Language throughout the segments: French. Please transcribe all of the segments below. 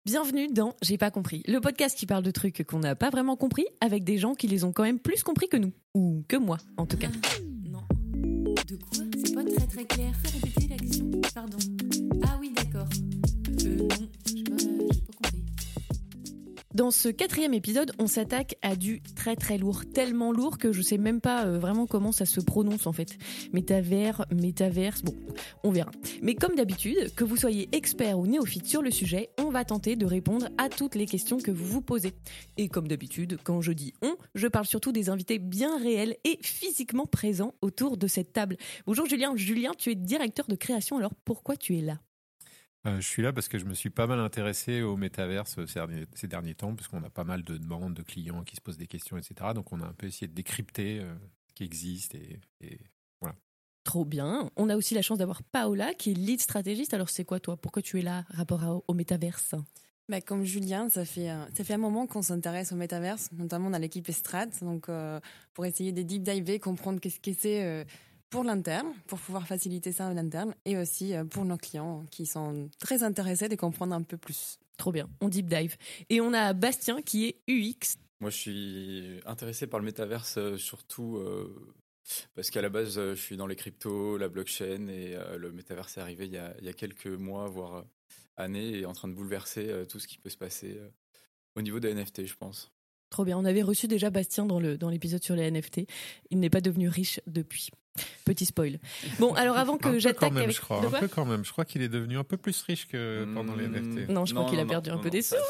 Bienvenue dans J'ai pas compris, le podcast qui parle de trucs qu'on n'a pas vraiment compris avec des gens qui les ont quand même plus compris que nous. Ou que moi, en tout cas. Non. De quoi ? C'est pas très très clair. Fais répéter la question. Pardon. Ah oui, d'accord. Non, j'ai pas compris. Dans ce 4e épisode, on s'attaque à du très très lourd, tellement lourd que je sais même pas vraiment comment ça se prononce en fait. Métaverse, bon, on verra. Mais comme d'habitude, que vous soyez expert ou néophyte sur le sujet, on va tenter de répondre à toutes les questions que vous vous posez. Et comme d'habitude, quand je dis on, je parle surtout des invités bien réels et physiquement présents autour de cette table. Bonjour Julien. Julien, tu es directeur de création, alors pourquoi tu es là ? Je suis là parce que je me suis pas mal intéressé au métaverse ces derniers temps, parce qu'on a pas mal de demandes de clients qui se posent des questions, etc. Donc on a un peu essayé de décrypter ce qui existe et voilà. Trop bien. On a aussi la chance d'avoir Paola qui est lead stratégiste. Alors c'est quoi toi ? Pourquoi tu es là rapport au métaverse ? Comme Julien, ça fait un moment qu'on s'intéresse au métaverse, notamment dans l'équipe Estrat, donc pour essayer de deep diver, comprendre qu'est-ce que c'est pour l'interne, pour pouvoir faciliter ça en interne, et aussi pour nos clients qui sont très intéressés de comprendre un peu plus. Trop bien, on deep dive. Et on a Bastien qui est UX. Moi, je suis intéressé par le métaverse surtout parce qu'à la base, je suis dans les cryptos, la blockchain, et le métaverse est arrivé il y a quelques mois, voire années, et en train de bouleverser tout ce qui peut se passer au niveau des NFT, je pense. Trop bien, on avait reçu déjà Bastien dans l'épisode sur les NFT. Il n'est pas devenu riche depuis. Petit spoil. Bon, alors avant que j'attaque Un peu quand même. Je crois qu'il est devenu un peu plus riche que pendant les NFT. Non, je crois qu'il a perdu un peu des sous.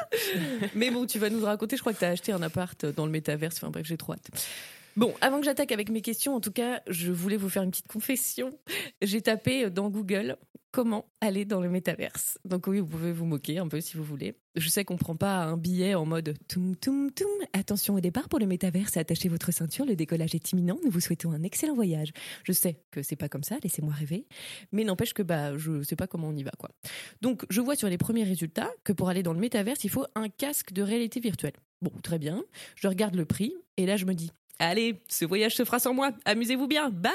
Mais bon, tu vas nous raconter, je crois que tu as acheté un appart dans le métaverse. Enfin bref, j'ai trop hâte. Bon, avant que j'attaque avec mes questions, en tout cas, je voulais vous faire une petite confession. J'ai tapé dans Google comment aller dans le métaverse. Donc oui, vous pouvez vous moquer un peu si vous voulez. Je sais qu'on prend pas un billet en mode toum toum toum. Attention au départ pour le métaverse, attachez votre ceinture, le décollage est imminent. Nous vous souhaitons un excellent voyage. Je sais que c'est pas comme ça, laissez-moi rêver. Mais n'empêche que je sais pas comment on y va quoi. Donc je vois sur les premiers résultats que pour aller dans le métaverse, il faut un casque de réalité virtuelle. Bon, très bien. Je regarde le prix et là je me dis allez, ce voyage se fera sans moi. Amusez-vous bien. Bye.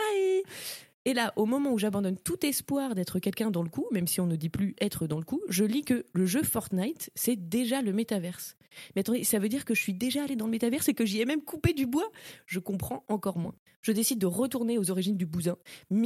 Et là, au moment où j'abandonne tout espoir d'être quelqu'un dans le coup, même si on ne dit plus être dans le coup, je lis que le jeu Fortnite, c'est déjà le métaverse. Mais attendez, ça veut dire que je suis déjà allée dans le métaverse et que j'y ai même coupé du bois ? Je comprends encore moins. Je décide de retourner aux origines du bousin,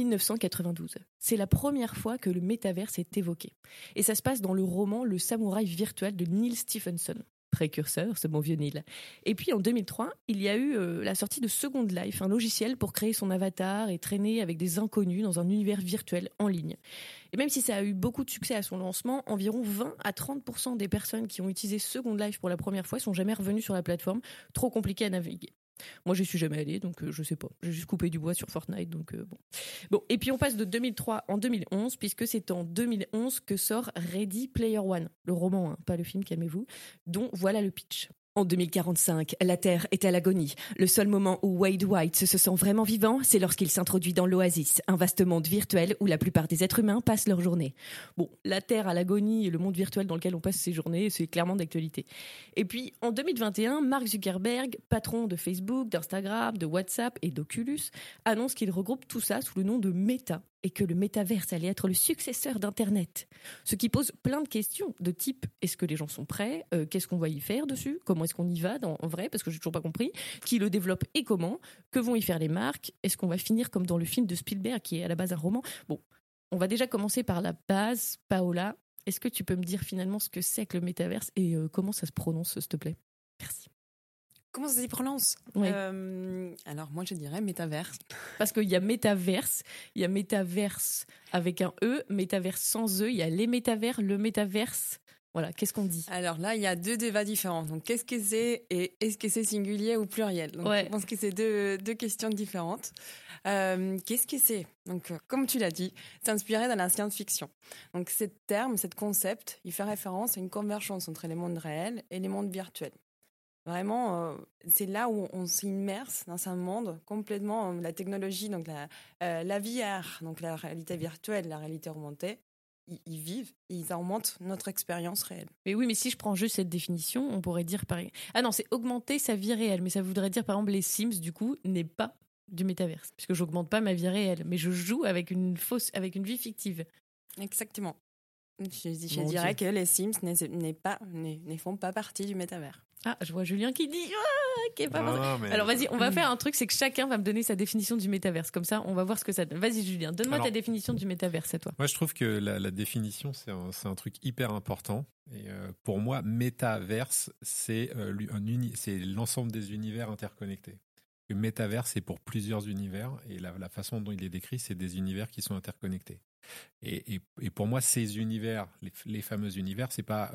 1992. C'est la première fois que le métaverse est évoqué. Et ça se passe dans le roman Le Samouraï virtuel de Neil Stephenson. Précurseur, ce bon vieux Neil. Et puis en 2003, il y a eu la sortie de Second Life, un logiciel pour créer son avatar et traîner avec des inconnus dans un univers virtuel en ligne. Et même si ça a eu beaucoup de succès à son lancement, environ 20 à 30% des personnes qui ont utilisé Second Life pour la première fois sont jamais revenues sur la plateforme, trop compliqué à naviguer. Moi, j'y suis jamais allée, donc je sais pas. J'ai juste coupé du bois sur Fortnite, donc bon. Bon, et puis on passe de 2003 en 2011, puisque c'est en 2011 que sort Ready Player One, le roman, pas le film, calmez-vous, dont voilà le pitch. En 2045, la Terre est à l'agonie. Le seul moment où Wade White se sent vraiment vivant, c'est lorsqu'il s'introduit dans l'Oasis, un vaste monde virtuel où la plupart des êtres humains passent leur journée. Bon, la Terre à l'agonie et le monde virtuel dans lequel on passe ses journées, c'est clairement d'actualité. Et puis, en 2021, Mark Zuckerberg, patron de Facebook, d'Instagram, de WhatsApp et d'Oculus, annonce qu'il regroupe tout ça sous le nom de Meta, et que le métaverse allait être le successeur d'Internet. Ce qui pose plein de questions de type, est-ce que les gens sont prêts ? Qu'est-ce qu'on va y faire dessus ? Comment est-ce qu'on y va en vrai ? Parce que j'ai toujours pas compris. Qui le développe et comment ? Que vont y faire les marques ? Est-ce qu'on va finir comme dans le film de Spielberg, qui est à la base un roman ? Bon, on va déjà commencer par la base. Paola, est-ce que tu peux me dire finalement ce que c'est que le métaverse et comment ça se prononce, s'il te plaît ? Merci. Comment ça s'y prononce ? Oui. Alors moi je dirais métaverse. Parce qu'il y a métaverse, il y a métaverse avec un E, métaverse sans E, il y a les métavers, le métaverse. Voilà, qu'est-ce qu'on dit ? Alors là, il y a deux débats différents. Donc qu'est-ce que c'est et est-ce que c'est singulier ou pluriel ? Donc ouais. Je pense que c'est deux questions différentes. Qu'est-ce que c'est ? Donc comme tu l'as dit, c'est inspiré dans la science-fiction. Donc ce terme, ce concept, il fait référence à une convergence entre les mondes réels et les mondes virtuels. Vraiment, c'est là où on s'immerse dans un monde complètement, la technologie, donc la VR, donc la réalité virtuelle, la réalité augmentée, ils vivent, ils augmentent notre expérience réelle. Mais oui, mais si je prends juste cette définition, on pourrait dire pareil. Ah non, c'est augmenter sa vie réelle, mais ça voudrait dire par exemple les Sims, du coup, n'est pas du métaverse, puisque j'augmente pas ma vie réelle, mais je joue avec une vie fictive. Exactement. Je Mon dirais Dieu. que les Sims ne font pas partie du métavers. Ah, je vois Julien qui dit qui est pas Non, vrai. non, mais- Alors vas-y, on va faire un truc, c'est que chacun va me donner sa définition du métaverse. Comme ça, on va voir ce que ça donne. Vas-y Julien, donne-moi ta Alors- définition du métaverse à toi. Moi, je trouve que la définition, c'est un truc hyper important. Et pour moi, métaverse, c'est c'est l'ensemble des univers interconnectés. Le métaverse, c'est pour plusieurs univers. Et la façon dont il est décrit, c'est des univers qui sont interconnectés. Et pour moi, ces univers, les fameux univers, c'est pas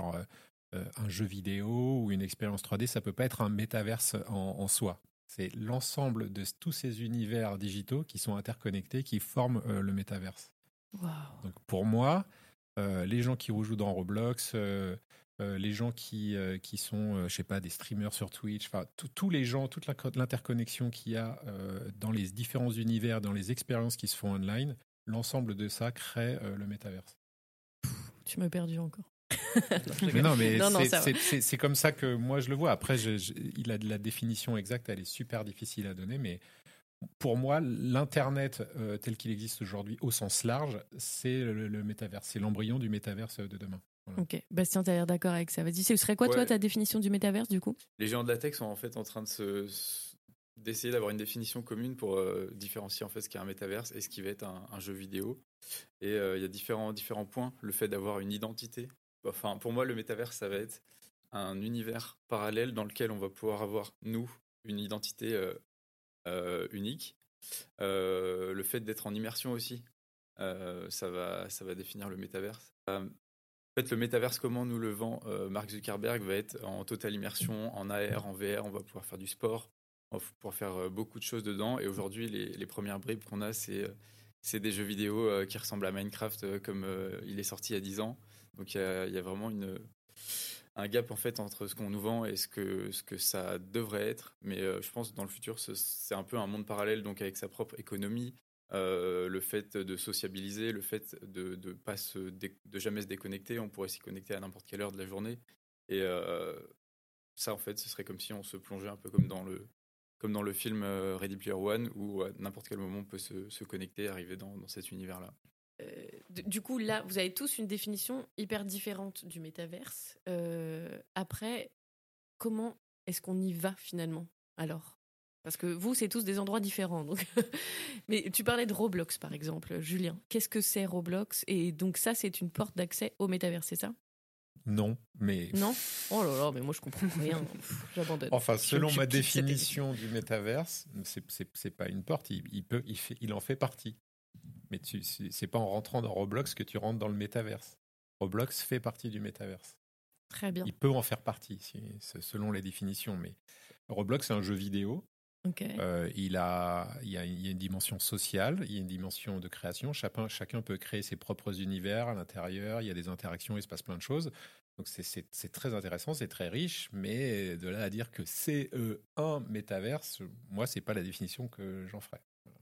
un jeu vidéo ou une expérience 3D. Ça peut pas être un métaverse en soi. C'est l'ensemble de tous ces univers digitaux qui sont interconnectés, qui forment le métaverse. Waouh. Donc pour moi, les gens qui rejouent dans Roblox, les gens qui sont, je sais pas, des streamers sur Twitch, enfin tous les gens, toute l'interconnexion qu'il y a dans les différents univers, dans les expériences qui se font online, l'ensemble de ça crée le métaverse. Tu m'as perdu encore. Mais non, mais Non, ça va. c'est comme ça que moi je le vois. Après, il a de la définition exacte, elle est super difficile à donner, mais pour moi, l'Internet tel qu'il existe aujourd'hui au sens large, c'est le métaverse, c'est l'embryon du métaverse de demain. Voilà. Ok, Bastien, t'as l'air d'accord avec ça. Vas-y, ce serait quoi toi Ouais. ta définition du métaverse du coup? Les géants de la tech sont en fait en train d'essayer d'avoir une définition commune pour différencier en fait ce qu'est un métaverse et ce qui va être un jeu vidéo. Et il y a différents points. Le fait d'avoir une identité. Enfin, pour moi, le métaverse, ça va être un univers parallèle dans lequel on va pouvoir avoir, nous, une identité unique. Le fait d'être en immersion aussi, ça va définir le métaverse. En fait, le métaverse, comment nous le vend Mark Zuckerberg, va être en totale immersion, en AR, en VR, on va pouvoir faire du sport, on va pouvoir faire beaucoup de choses dedans. Et aujourd'hui, les premières bribes qu'on a, c'est des jeux vidéo qui ressemblent à Minecraft comme il est sorti il y a 10 ans. Donc il y a vraiment un gap en fait entre ce qu'on nous vend et ce que ça devrait être. Mais je pense que dans le futur, c'est un peu un monde parallèle, donc avec sa propre économie. Le fait de sociabiliser, le fait de jamais se déconnecter, on pourrait s'y connecter à n'importe quelle heure de la journée. Et ça, en fait, ce serait comme si on se plongeait un peu comme dans le film Ready Player One, où à n'importe quel moment on peut se connecter et arriver dans cet univers-là. Du coup, là, vous avez tous une définition hyper différente du métaverse. Après, comment est-ce qu'on y va finalement alors? Parce que vous, c'est tous des endroits différents. Donc... Mais tu parlais de Roblox, par exemple. Julien, qu'est-ce que c'est Roblox? Et donc ça, c'est une porte d'accès au métaverse, c'est ça? Non, mais... Non? Oh là là, mais moi, je comprends rien. J'abandonne. Enfin, selon Je ma quitte cette définition du métaverse, c'est pas une porte, il en fait partie. Mais c'est pas en rentrant dans Roblox que tu rentres dans le métaverse. Roblox fait partie du métaverse. Très bien. Il peut en faire partie, selon les définitions. Mais Roblox, c'est un jeu vidéo. Ok. Il y a une dimension sociale, il y a une dimension de création. Chacun peut créer ses propres univers à l'intérieur. Il y a des interactions, il se passe plein de choses. Donc c'est très intéressant, c'est très riche. Mais de là à dire que c'est un métaverse, moi, c'est pas la définition que j'en ferais. Voilà.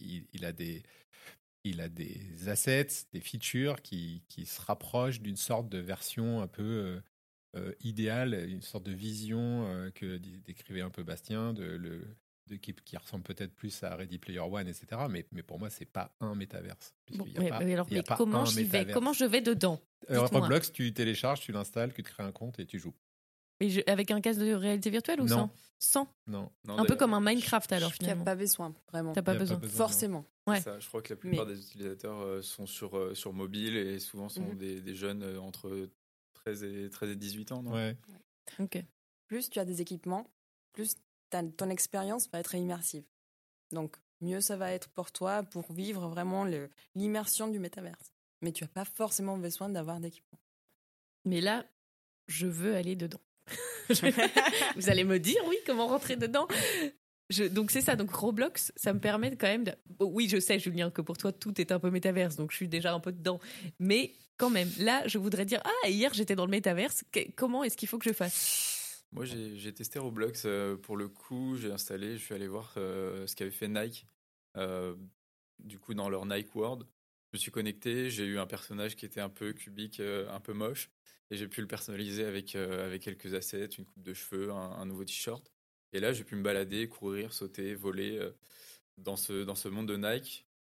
Il a des assets, des features qui se rapprochent d'une sorte de version un peu idéale, une sorte de vision que décrivait un peu Bastien, qui ressemble peut-être plus à Ready Player One, etc. Mais pour moi, c'est pas un métaverse. Bon, Il y a pas- mais alors, il y a mais pas comment un j'y vais? métaverse. Comment je vais dedans? Dites-moi. Roblox, tu télécharges, tu l'installes, tu te crées un compte et tu joues. Mais avec un casque de réalité virtuelle ou Non. sans? Sans. Non. Non, Un peu d'ailleurs, comme un Minecraft alors Il n'y a finalement. pas besoin, vraiment. T'as pas Il y a pas besoin. besoin. Forcément. Ouais. ça, je crois que la plupart Mais- des utilisateurs sont sur mobile et souvent sont Mhm. des jeunes entre 13 et 18 ans. Non Ouais. Ok. Plus tu as des équipements, plus ton expérience va être immersive. Donc, mieux ça va être pour toi pour vivre vraiment l'immersion du métaverse. Mais tu n'as pas forcément besoin d'avoir d'équipement. Mais là, je veux aller dedans. Vous allez me dire, oui, comment rentrer dedans? Donc c'est ça, donc Roblox, ça me permet quand même de... Bon, oui, je sais, Julien, que pour toi, tout est un peu métaverse, donc je suis déjà un peu dedans. Mais quand même, là, je voudrais dire, ah, hier, j'étais dans le métaverse, comment est-ce qu'il faut que je fasse? Moi, j'ai testé Roblox. Pour le coup, j'ai installé, je suis allé voir ce qu'avait fait Nike. Du coup, dans leur Nike World, je me suis connecté. J'ai eu un personnage qui était un peu cubique, un peu moche. Et j'ai pu le personnaliser avec quelques assets, une coupe de cheveux, un nouveau t-shirt. Et là, j'ai pu me balader, courir, sauter, voler dans ce monde de Nike.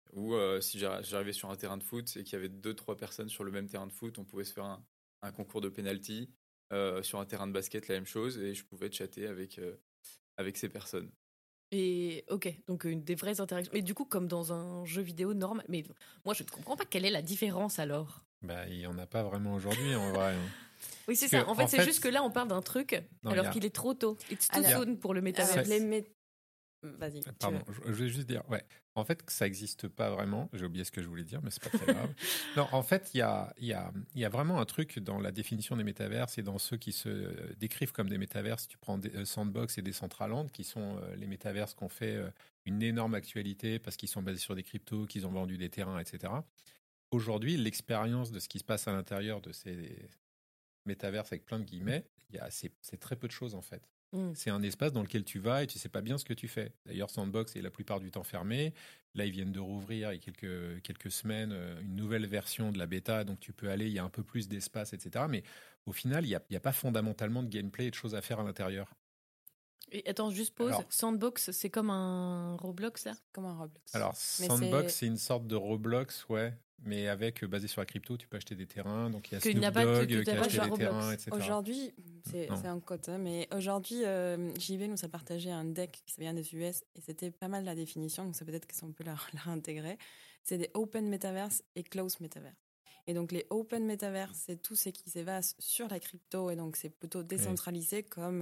Ou si j'arrivais sur un terrain de foot et qu'il y avait 2-3 personnes sur le même terrain de foot, on pouvait se faire un concours de penalty. Sur un terrain de basket, la même chose, et je pouvais chatter avec ces personnes. Et ok, donc des vraies interactions. Mais du coup, comme dans un jeu vidéo normal. Mais moi, je ne comprends pas quelle est la différence alors. Bah, il n'y en a pas vraiment aujourd'hui, en vrai. Oui, c'est Parce ça. que, En fait, c'est juste que là, on parle d'un truc Non, alors qu'il est trop tôt. It's too Alors, soon pour le métavers. Vas-y. Pardon, je vais juste dire, ouais. En fait, ça n'existe pas vraiment. J'ai oublié ce que je voulais dire, mais c'est pas très grave. Non, en fait, il y a vraiment un truc dans la définition des métaverses et dans ceux qui se décrivent comme des métaverses. Tu prends Sandbox et Decentraland, qui sont les métaverses qui ont fait une énorme actualité parce qu'ils sont basés sur des cryptos, qu'ils ont vendu des terrains, etc. Aujourd'hui, l'expérience de ce qui se passe à l'intérieur de ces métaverses avec plein de guillemets, c'est très peu de choses en fait. C'est un espace dans lequel tu vas et tu sais pas bien ce que tu fais. D'ailleurs, Sandbox est la plupart du temps fermé. Là, ils viennent de rouvrir il y a quelques semaines une nouvelle version de la bêta, donc tu peux aller, il y a un peu plus d'espace, etc. Mais au final, il y a pas fondamentalement de gameplay et de choses à faire à l'intérieur. Et attends, juste pause. Alors, Sandbox, c'est comme un Roblox, là? Comme un Roblox. Alors, Sandbox, c'est une sorte de Roblox, ouais, mais avec basé sur la crypto, tu peux acheter des terrains. Donc, il y a Qu'il n'y a Snoop pas Dogg tout qui à a fait acheté sur des Roblox. terrains, etc. Aujourd'hui, c'est Non. un code, hein, mais aujourd'hui, JV nous a partagé un deck qui vient des US et c'était pas mal la définition, donc ça peut-être qu'on peut la réintégrer. C'est des open metaverse et closed metaverse. Et donc les open metaverse, c'est tout ce qui s'évase sur la crypto et donc c'est plutôt décentralisé comme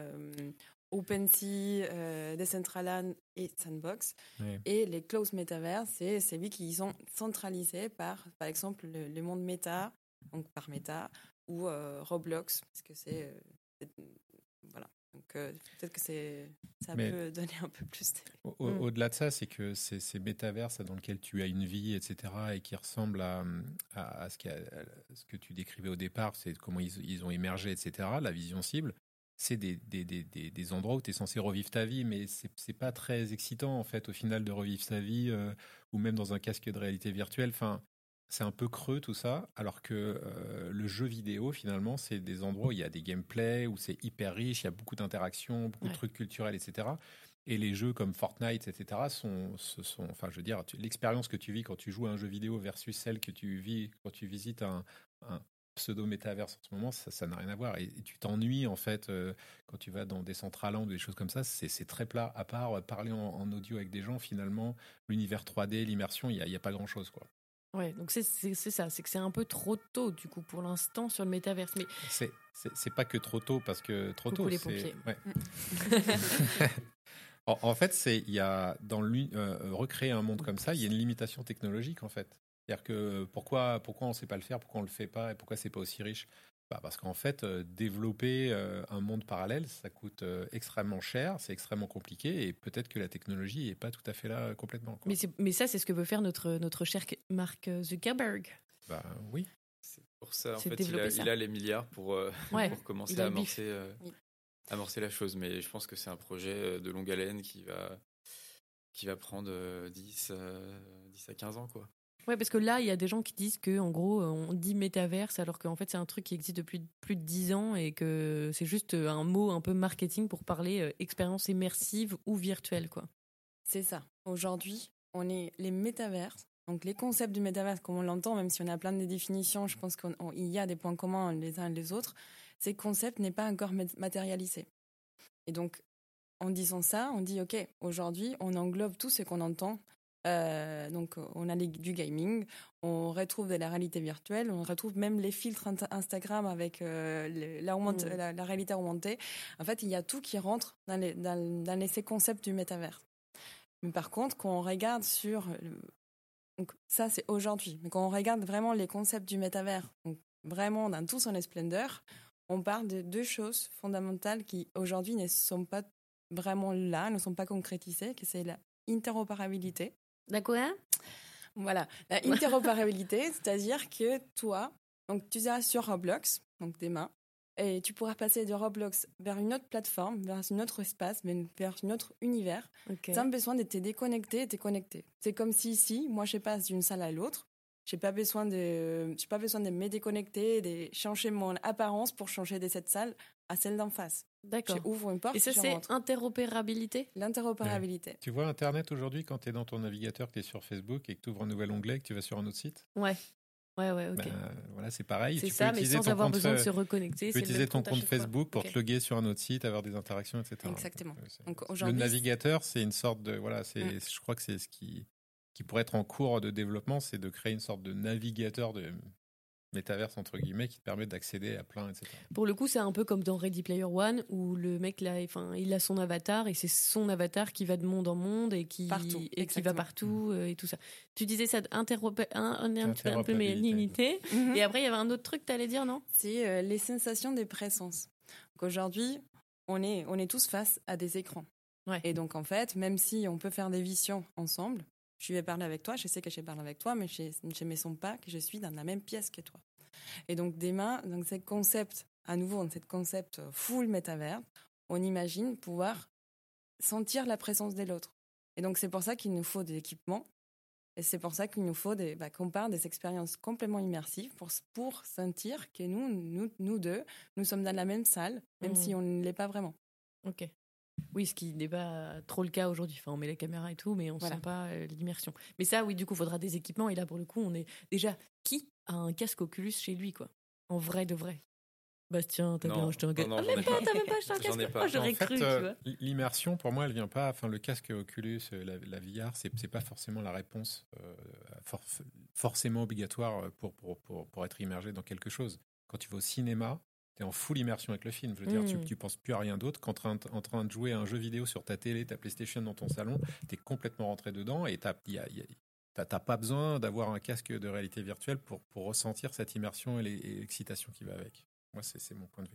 OpenSea, Decentraland et Sandbox. Oui. Et les closed metaverse, c'est celui qui sont centralisés par exemple, le monde méta, donc par Meta, ou Roblox, parce que c'est voilà. Donc peut-être que ça peut donner un peu plus. Au-delà de ça, c'est que ces métaverses dans lesquels tu as une vie, etc., et qui ressemblent à ce que tu décrivais au départ, c'est comment ils ont émergé, etc., la vision cible, c'est des endroits où tu es censé revivre ta vie, mais c'est pas très excitant, en fait, au final, de revivre sa vie, ou même dans un casque de réalité virtuelle. Enfin, c'est un peu creux tout ça, alors que le jeu vidéo, finalement, c'est des endroits où il y a des gameplays, où c'est hyper riche, il y a beaucoup d'interactions, beaucoup de trucs culturels, etc. Et les jeux comme Fortnite, etc., enfin, je veux dire, l'expérience que tu vis quand tu joues à un jeu vidéo versus celle que tu vis quand tu visites un pseudo-métaverse en ce moment, ça n'a rien à voir. Et tu t'ennuies, en fait, quand tu vas dans des Decentraland ou des choses comme ça, c'est très plat. À part parler en audio avec des gens, finalement, l'univers 3D, l'immersion, il n'y a pas grand-chose, quoi. Ouais, donc c'est ça, c'est que c'est un peu trop tôt du coup pour l'instant sur le métaverse. Mais c'est pas que trop tôt parce que trop coucou tôt. les pompiers. Ouais. En fait, il y a dans recréer un monde comme ça, il y a une limitation technologique en fait. C'est-à-dire que pourquoi on ne sait pas le faire, pourquoi on le fait pas et pourquoi c'est pas aussi riche. Parce qu'en fait, développer un monde parallèle, ça coûte extrêmement cher, c'est extrêmement compliqué et peut-être que la technologie n'est pas tout à fait là complètement. Quoi. Mais ça, c'est ce que veut faire notre cher Mark Zuckerberg. Oui. C'est pour ça, en C'est fait, il a les milliards pour commencer à amorcer la chose. Mais je pense que c'est un projet de longue haleine qui va prendre 10 à 15 ans, quoi. Ouais, parce que là, il y a des gens qui disent qu'en gros, on dit métaverse alors qu'en fait, c'est un truc qui existe depuis plus de 10 ans et que c'est juste un mot un peu marketing pour parler expérience immersive ou virtuelle, quoi. C'est ça. Aujourd'hui, on est les métaverses. Donc les concepts du métaverse, comme on l'entend, même si on a plein de définitions, je pense qu'il y a des points communs les uns et les autres. Ces concepts n'est pas encore matérialisé. Et donc, en disant ça, on dit, OK, aujourd'hui, on englobe tout ce qu'on entend. Donc on a du gaming, on retrouve de la réalité virtuelle, on retrouve même les filtres Instagram avec la réalité augmentée. En fait, il y a tout qui rentre dans ces concepts du métavers. Mais par contre, quand on regarde donc ça c'est aujourd'hui, mais quand on regarde vraiment les concepts du métavers, donc vraiment dans toute son splendeur, on parle de deux choses fondamentales qui aujourd'hui ne sont pas vraiment là, ne sont pas concrétisées, que c'est la interopérabilité. D'accord, hein? Voilà, la interopérabilité, c'est-à-dire que toi, donc tu seras sur Roblox, donc demain, et tu pourras passer de Roblox vers une autre plateforme, vers un autre espace, vers un autre univers, sans besoin de te déconnecter et te connecter. C'est comme si ici, moi je passe d'une salle à l'autre, J'ai pas besoin de me déconnecter, de changer mon apparence pour changer de cette salle à celle d'en face. D'accord. J'ouvre une porte, Et ça, je c'est rentre. interopérabilité? L'interopérabilité. Tu vois Internet aujourd'hui, quand tu es dans ton navigateur, que tu es sur Facebook et que tu ouvres un nouvel onglet, que tu vas sur un autre site, Ouais, ok. voilà, c'est pareil. C'est Tu peux ça, mais utiliser sans ton avoir compte, besoin de se reconnecter. tu peux c'est le utiliser même ton compte à compte chaque fois. Facebook pour Ok. te loguer sur un autre site, avoir des interactions, etc. Exactement. Donc, Le aujourd'hui, navigateur, c'est une sorte de... Voilà, je crois que c'est ce qui pourrait être en cours de développement, c'est de créer une sorte de navigateur de métaverse, entre guillemets, qui te permet d'accéder à plein, etc. Pour le coup, c'est un peu comme dans Ready Player One, où le mec, là, il a son avatar, et c'est son avatar qui va de monde en monde, et qui Partout, va exactement. partout, et tout ça. Tu disais ça d'interopérabilité, Mhm. et après, il y avait un autre truc que tu allais dire, non? c'est les sensations de présence. Donc, aujourd'hui, on est tous face à des écrans. Ouais. Et donc, en fait, même si on peut faire des visions ensemble, je vais parler avec toi, je sais que je parle avec toi, mais je ne me sens pas que je suis dans la même pièce que toi. Et donc, demain, dans ce concept, à nouveau, dans ce concept full métavers, on imagine pouvoir sentir la présence de l'autre. Et donc, c'est pour ça qu'il nous faut des équipements. Et c'est pour ça qu'il nous faut qu'on parle des expériences complètement immersives pour sentir que nous deux, nous sommes dans la même salle, même si on ne l'est pas vraiment. Ok. Oui, ce qui n'est pas trop le cas aujourd'hui. Enfin, on met la caméra et tout, mais on Voilà. sent pas l'immersion. Mais ça, oui, du coup, il faudra des équipements. Et là, pour le coup, on est déjà... Qui a un casque Oculus chez lui, quoi? En vrai de vrai. Bastien, t'as Non, bien acheté un casque? non, Ah, j'en ai même pas, pas. t'as même pas acheté un J'en casque? ai pas. Oh, j'aurais En fait, cru, tu vois. l'immersion, pour moi, elle vient pas. Enfin, le casque Oculus, la VR, c'est pas forcément la réponse forcément obligatoire pour être immergé dans quelque chose. Quand tu vas au cinéma, tu es en full immersion avec le film. Je veux dire, tu penses plus à rien d'autre qu'en train de jouer à un jeu vidéo sur ta télé, ta PlayStation dans ton salon. Tu es complètement rentré dedans et t'as pas besoin d'avoir un casque de réalité virtuelle pour ressentir cette immersion et l'excitation qui va avec. Moi, c'est mon point de vue.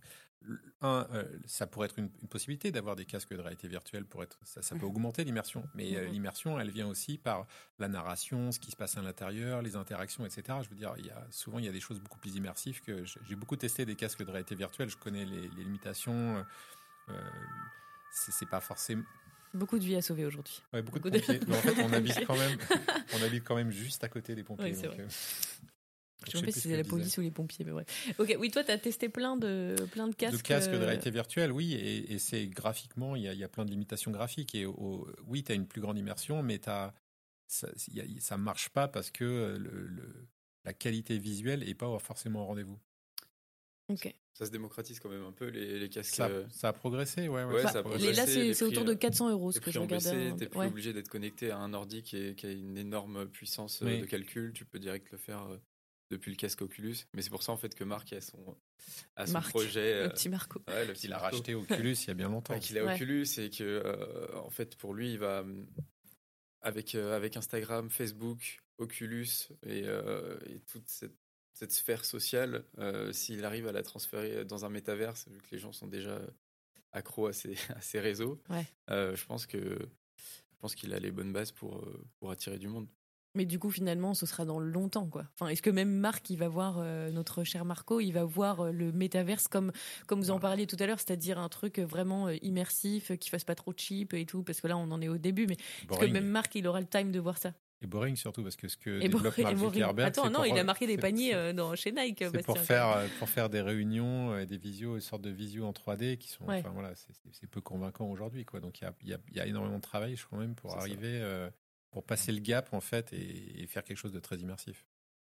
Ça pourrait être une possibilité d'avoir des casques de réalité virtuelle ça peut augmenter l'immersion. Mais l'immersion, elle vient aussi par la narration, ce qui se passe à l'intérieur, les interactions, etc. Je veux dire, souvent, il y a des choses beaucoup plus immersives que j'ai beaucoup testé des casques de réalité virtuelle. Je connais les limitations. C'est pas forcément... Beaucoup de vies à sauver aujourd'hui. Ouais, beaucoup de pompiers. Mais en fait, on habite quand même juste à côté des pompiers. Ouais, c'est donc, vrai. Je je sais sais pas plus si ce c'est que la je police disais. ou les pompiers, mais bref. Ok, oui, toi, t'as testé plein de casques. De casques de réalité virtuelle, oui, et c'est graphiquement, il y a plein de limitations graphiques. Et oui, tu as une plus grande immersion, mais ça marche pas parce que la qualité visuelle n'est pas forcément au rendez-vous. Ok. Ça se démocratise quand même un peu, les casques. Ça a progressé, ouais. Ouais, ça ça a a progressé. Et là, les c'est autour prix, de 400 euros, ce Les que prix je ont regardais. baissé, t'es plus Ouais. obligé d'être connecté à un ordi qui a une énorme puissance Oui. de calcul. Tu peux direct le faire depuis le casque Oculus. Mais c'est pour ça en fait que Marc a son Marc, projet. le petit Marco. Ouais, le petit Il a Marco. racheté Oculus il y a bien longtemps. Ouais, qu'il a Ouais. Oculus et que en fait pour lui il va avec Instagram, Facebook, Oculus et toute cette sphère sociale, s'il arrive à la transférer dans un métaverse, vu que les gens sont déjà accros à ces réseaux, Ouais. je pense qu'il a les bonnes bases pour attirer du monde. Mais du coup, finalement, ce sera dans longtemps, quoi. Enfin, est-ce que même Marc, il va voir notre cher Marco, il va voir le métaverse comme vous en parliez tout à l'heure, c'est-à-dire un truc vraiment immersif, qui fasse pas trop cheap et tout, parce que là, on en est au début, mais est-ce que Boring. même Marc, il aura le time de voir ça? Et boring surtout, parce que ce que Et développe Mark boring. Zuckerberg... Attends, c'est non, pour- il a marqué des c'est- paniers c'est- chez Nike, C'est Bastien. pour faire des réunions et des visios, une sorte de visio en 3D qui sont, Ouais. enfin voilà, c'est peu convaincant aujourd'hui, quoi. Donc il y a énormément de travail, je crois même, pour C'est ça. arriver, pour passer le gap en fait et faire quelque chose de très immersif.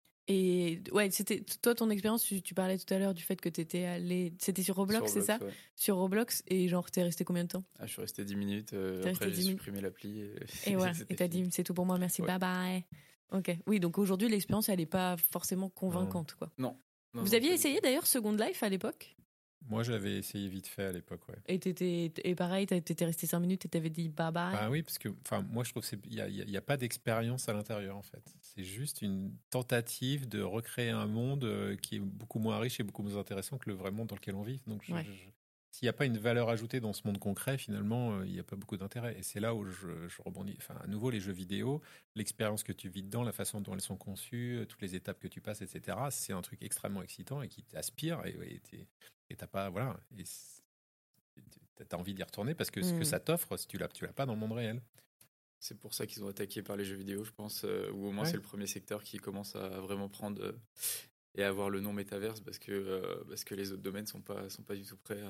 Et ouais, c'était toi ton expérience. Tu parlais tout à l'heure du fait que t'étais allé. C'était sur Roblox, c'est ça? Ouais. Sur Roblox, et genre t'es resté combien de temps? Je suis resté 10 minutes. resté Après, 10 j'ai minutes. supprimé l'appli. Et ouais, c'était et t'as fini. dit c'est tout pour moi, merci, Ouais. bye bye. Ok, oui, donc aujourd'hui l'expérience elle est pas forcément convaincante, quoi. Non, Vous non, aviez pas du essayé tout. d'ailleurs Second Life à l'époque? Moi, j'avais essayé vite fait à l'époque, ouais. Et pareil, t'étais resté 5 minutes et t'avais dit bye bye. Ah oui, parce que, enfin, moi, je trouve qu'il y a pas d'expérience à l'intérieur, en fait. C'est juste une tentative de recréer un monde qui est beaucoup moins riche et beaucoup moins intéressant que le vrai monde dans lequel on vit. Donc, Ouais. s'il n'y a pas une valeur ajoutée dans ce monde concret, finalement, il n'y a pas beaucoup d'intérêt. Et c'est là où je rebondis. Enfin, à nouveau, les jeux vidéo, l'expérience que tu vis dedans, la façon dont elles sont conçues, toutes les étapes que tu passes, etc., c'est un truc extrêmement excitant et qui t'aspire. Et t'as pas, voilà. Et t'as envie d'y retourner parce que ce que ça t'offre, si tu l'as pas dans le monde réel. C'est pour ça qu'ils ont attaqué par les jeux vidéo, je pense, ou au moins Ouais. c'est le premier secteur qui commence à vraiment prendre et à avoir le nom métaverse parce que les autres domaines sont pas du tout prêts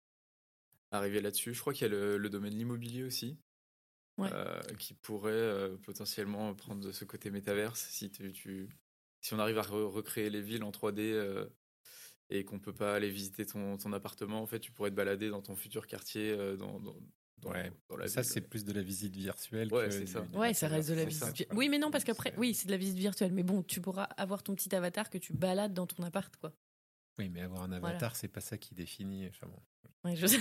à arriver là-dessus. Je crois qu'il y a le domaine de l'immobilier aussi, Ouais. qui pourrait potentiellement prendre ce côté métaverse si on arrive à recréer les villes en 3D et qu'on peut pas aller visiter ton appartement, en fait, tu pourrais te balader dans ton futur quartier Ouais. dans la Ça, ville. c'est plus de la visite virtuelle Ouais, que c'est ça. du Ouais, ça reste de la c'est visite ça. virtuelle. Oui, mais non, parce qu'après, oui, c'est de la visite virtuelle. Mais bon, tu pourras avoir ton petit avatar que tu balades dans ton appart, quoi. Oui, mais avoir un avatar, c'est pas ça qui définit. Enfin, bon. Ouais, je sais.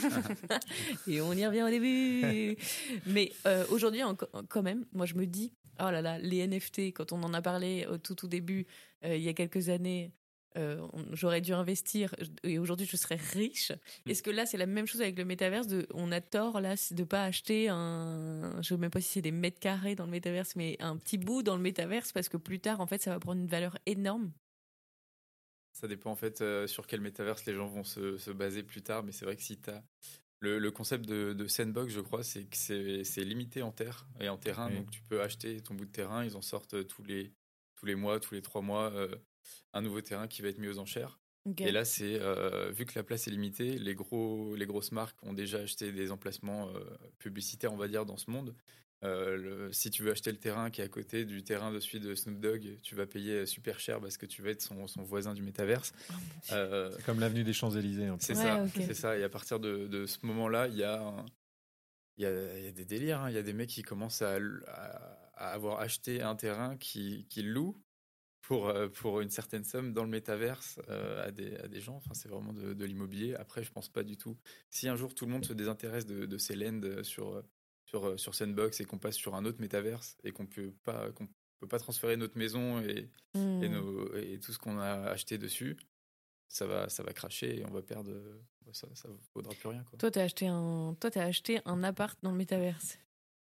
Et on y revient au début. Mais aujourd'hui, quand même, moi, je me dis, oh là là, les NFT, quand on en a parlé au tout début, il y a quelques années, j'aurais dû investir et aujourd'hui, je serais riche. Est-ce que là, c'est la même chose avec le métaverse on a tort, là, de pas acheter je sais même pas si c'est des mètres carrés dans le métaverse, mais un petit bout dans le métaverse parce que plus tard, en fait, ça va prendre une valeur énorme. Ça dépend en fait sur quel métaverse les gens vont se baser plus tard, mais c'est vrai que si tu as le concept de sandbox, je crois, c'est que c'est limité en terre et en terrain, Oui. donc tu peux acheter ton bout de terrain, ils en sortent tous les mois, tous les 3 mois, un nouveau terrain qui va être mis aux enchères. Ok. Et là, c'est vu que la place est limitée, les grosses marques ont déjà acheté des emplacements publicitaires, on va dire, dans ce monde. Si tu veux acheter le terrain qui est à côté du terrain de celui de Snoop Dogg, tu vas payer super cher parce que tu vas être son voisin du métaverse. C'est comme l'avenue des Champs-Élysées. Un peu. C'est Ouais, ça, ok. c'est ça. Et à partir de ce moment-là, il y a des délires. Hein. Il y a des mecs qui commencent à avoir acheté un terrain qui louent pour une certaine somme dans le métaverse à des gens. Enfin, c'est vraiment de l'immobilier. Après, je pense pas du tout. Si un jour tout le monde se désintéresse de ces lands sur Sandbox et qu'on passe sur un autre métaverse et qu'on peut pas transférer notre maison et tout ce qu'on a acheté dessus, ça va cracher et on va perdre. Ça vaudra plus rien. Quoi. Toi, t'as acheté un appart dans le métaverse.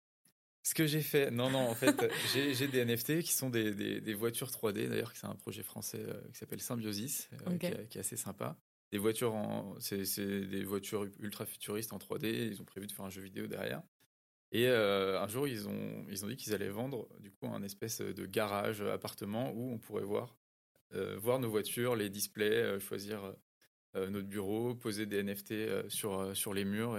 Ce que j'ai fait, non, en fait, j'ai des NFT qui sont des voitures 3D. D'ailleurs, c'est un projet français qui s'appelle Symbiosis, Ok. qui est assez sympa. Des voitures c'est des voitures ultra futuristes en 3D. Ils ont prévu de faire un jeu vidéo derrière. Et un jour, ils ont dit qu'ils allaient vendre du coup un espèce de garage appartement où on pourrait voir nos voitures, les displays, choisir notre bureau, poser des NFT sur les murs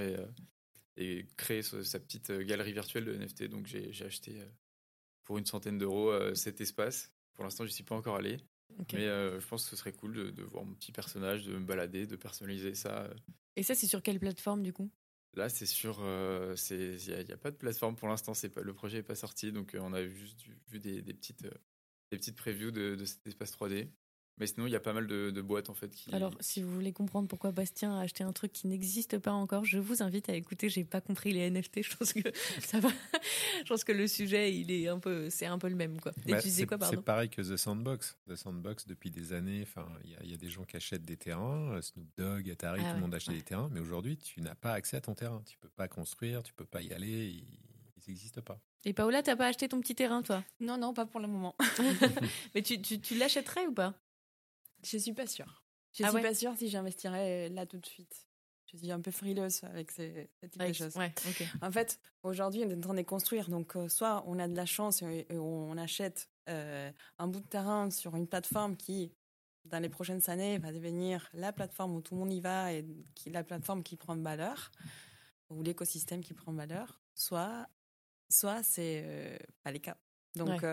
et créer sa petite galerie virtuelle de NFT. Donc j'ai acheté pour une centaine d'euros cet espace. Pour l'instant, j'y suis pas encore allé. Ok. Mais je pense que ce serait cool de voir mon petit personnage, de me balader, de personnaliser ça. Et ça, c'est sur quelle plateforme du coup? Là, c'est sur. Il n'y a pas de plateforme pour l'instant. Le projet n'est pas sorti. Donc, on a juste vu des petites previews de cet espace 3D. Mais sinon, il y a pas mal de boîtes en fait qui. Alors, si vous voulez comprendre pourquoi Bastien a acheté un truc qui n'existe pas encore, je vous invite à écouter. J'ai pas compris les NFT. Je pense que ça va. Je pense que le sujet, c'est un peu le même, quoi. Et tu disais quoi, pardon? C'est pareil que The Sandbox. The Sandbox, depuis des années, il y a des gens qui achètent des terrains. Snoop Dogg, Atari, tout le monde achète des terrains. Mais aujourd'hui, tu n'as pas accès à ton terrain. Tu peux pas construire, tu peux pas y aller. Ils n'existent pas. Et Paola, t'as pas acheté ton petit terrain, toi? Non, pas pour le moment. Mais tu l'achèterais ou pas? Je suis pas sûre. Je Ah suis ouais pas sûre si j'investirais là tout de suite. Je suis un peu frileuse avec ce type de choses. Ouais, ok. En fait, aujourd'hui, on est en train de construire. Donc, soit on a de la chance et on achète un bout de terrain sur une plateforme qui, dans les prochaines années, va devenir la plateforme où tout le monde y va et la plateforme qui prend valeur, ou l'écosystème qui prend valeur. Soit c'est pas les cas. Donc,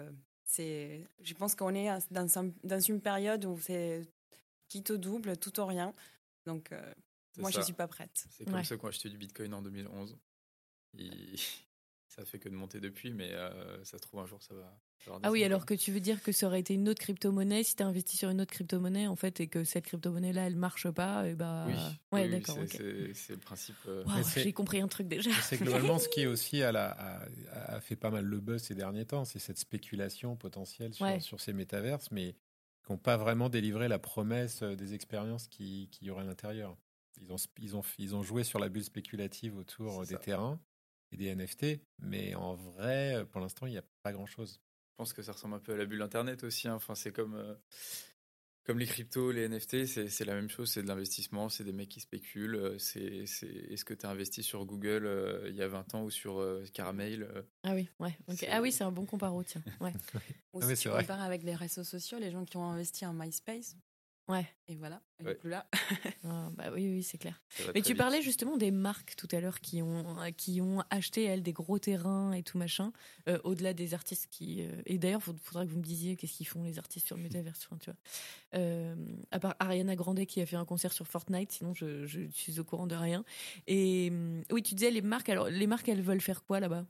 je pense qu'on est dans une période où c'est quitte au double, tout ou rien. Donc, moi, je ne suis pas prête. C'est comme ceux qui ont acheté du Bitcoin en 2011. Ça fait que de monter depuis, mais ça se trouve un jour, ça va. Ah oui, alors que tu veux dire que ça aurait été une autre crypto-monnaie, si tu as investi sur une autre crypto-monnaie, en fait, et que cette crypto-monnaie-là, elle marche pas, et bah. Oui, d'accord. C'est le principe. Wow, j'ai compris un truc déjà. C'est globalement ce qui aussi a fait pas mal le buzz ces derniers temps, c'est cette spéculation potentielle sur ces métaverses, mais qui n'ont pas vraiment délivré la promesse des expériences qu'il y aurait à l'intérieur. Ils ont joué sur la bulle spéculative autour des terrains et des NFT, mais en vrai, pour l'instant, il n'y a pas grand-chose. Je pense que ça ressemble un peu à la bulle Internet aussi. Hein. Enfin, c'est comme Comme les cryptos, les NFT, c'est la même chose, c'est de l'investissement, c'est des mecs qui spéculent. Est-ce que tu as investi sur Google il y a 20 ans ou sur Caramel Ah oui, ouais. Okay. Ah oui, c'est un bon comparo, tiens. Ouais. Ou Ah, mais si c'est tu vrai. compares avec les réseaux sociaux, les gens qui ont investi en MySpace, Ouais. et voilà, elle Ouais. n'est plus là. Ah, bah oui, c'est clair. Ça va Mais très tu vite. parlais justement des marques tout à l'heure qui ont acheté, elles, des gros terrains et tout machin, au-delà des artistes qui... et d'ailleurs, il faudra que vous me disiez qu'est-ce qu'ils font, les artistes sur le métaverse, tu vois. À part Ariana Grande qui a fait un concert sur Fortnite, sinon je suis au courant de rien. Et oui, tu disais les marques, alors les marques, elles veulent faire quoi là-bas?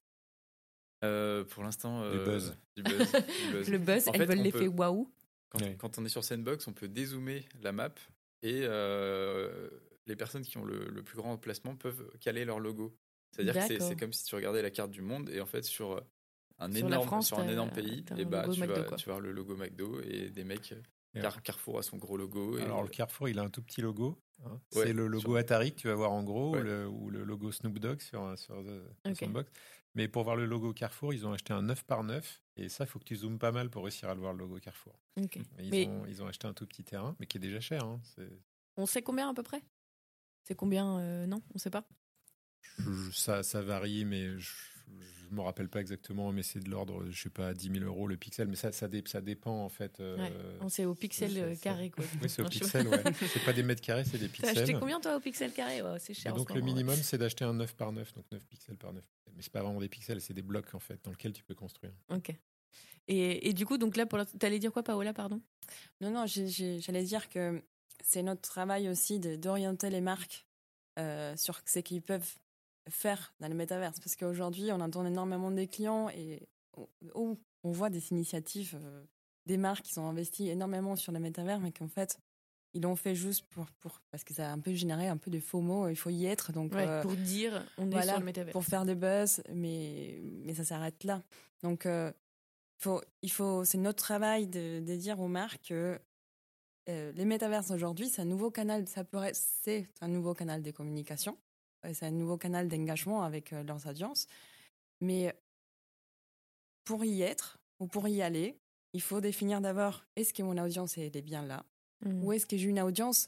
Pour l'instant, Du buzz. Du buzz. Du buzz. Le buzz, En elles fait, veulent on l'effet peut- waouh. Ouais. Quand on est sur Sandbox, on peut dézoomer la map et les personnes qui ont le plus grand emplacement peuvent caler leur logo. C'est-à-dire que D'accord. c'est comme si tu regardais la carte du monde et en fait sur un Sur la énorme, France, sur un t'as- énorme pays, t'as et un bah logo tu McDo, vas, quoi. tu vas avoir le logo McDo et des mecs. Et Carrefour a son gros logo. Et, Alors le Carrefour, il a un tout petit logo. Hein. Ouais, C'est le logo sur- Atari que tu vas voir en gros, Ouais. ou le logo Snoop Dogg sur Ok. Sandbox. Mais pour voir le logo Carrefour, ils ont acheté un 9x9. Et ça, il faut que tu zoomes pas mal pour réussir à le voir, le logo Carrefour. Ok. Mais Mais- ils ont acheté un tout petit terrain, mais qui est déjà cher. Hein. On sait combien à peu près? C'est combien? Non, on sait pas. Ça varie, mais je me rappelle pas exactement, mais c'est de l'ordre, je sais pas, 10 000 euros le pixel. Mais ça dépend en fait. Ouais. On sait au pixel carré, quoi. Oui, c'est au Non, je- pixel, ouais. C'est pas des mètres carrés, c'est des T'as pixels. acheté combien toi au pixel carré? Ouais, c'est Et cher. en donc ce le moment, ouais. minimum, c'est d'acheter un 9x9, donc 9 pixels par 9 pixels. Mais c'est pas vraiment des pixels, c'est des blocs en fait, dans lesquels tu peux construire. Ok. Et du coup, donc là, t'allais dire quoi, Paola, pardon? Non, j'allais dire que c'est notre travail aussi d'orienter les marques sur ce qu'ils peuvent faire dans le métaverse. Parce qu'aujourd'hui, on entend énormément des clients et où on voit des initiatives, des marques qui ont investi énormément sur le métavers, mais qu'en fait, ils l'ont fait juste parce que ça a un peu généré un peu de FOMO, il faut y être. Donc, Ouais, pour dire, on est voilà, sur le métavers. pour faire des buzz, mais ça s'arrête là. Donc, c'est notre travail de dire aux marques que les métaverses aujourd'hui, c'est un nouveau canal, c'est un nouveau canal de communication, c'est un nouveau canal d'engagement avec leurs audiences. Mais pour y être ou pour y aller, il faut définir d'abord, est-ce que mon audience elle est bien là? Mm. Ou est-ce que j'ai une audience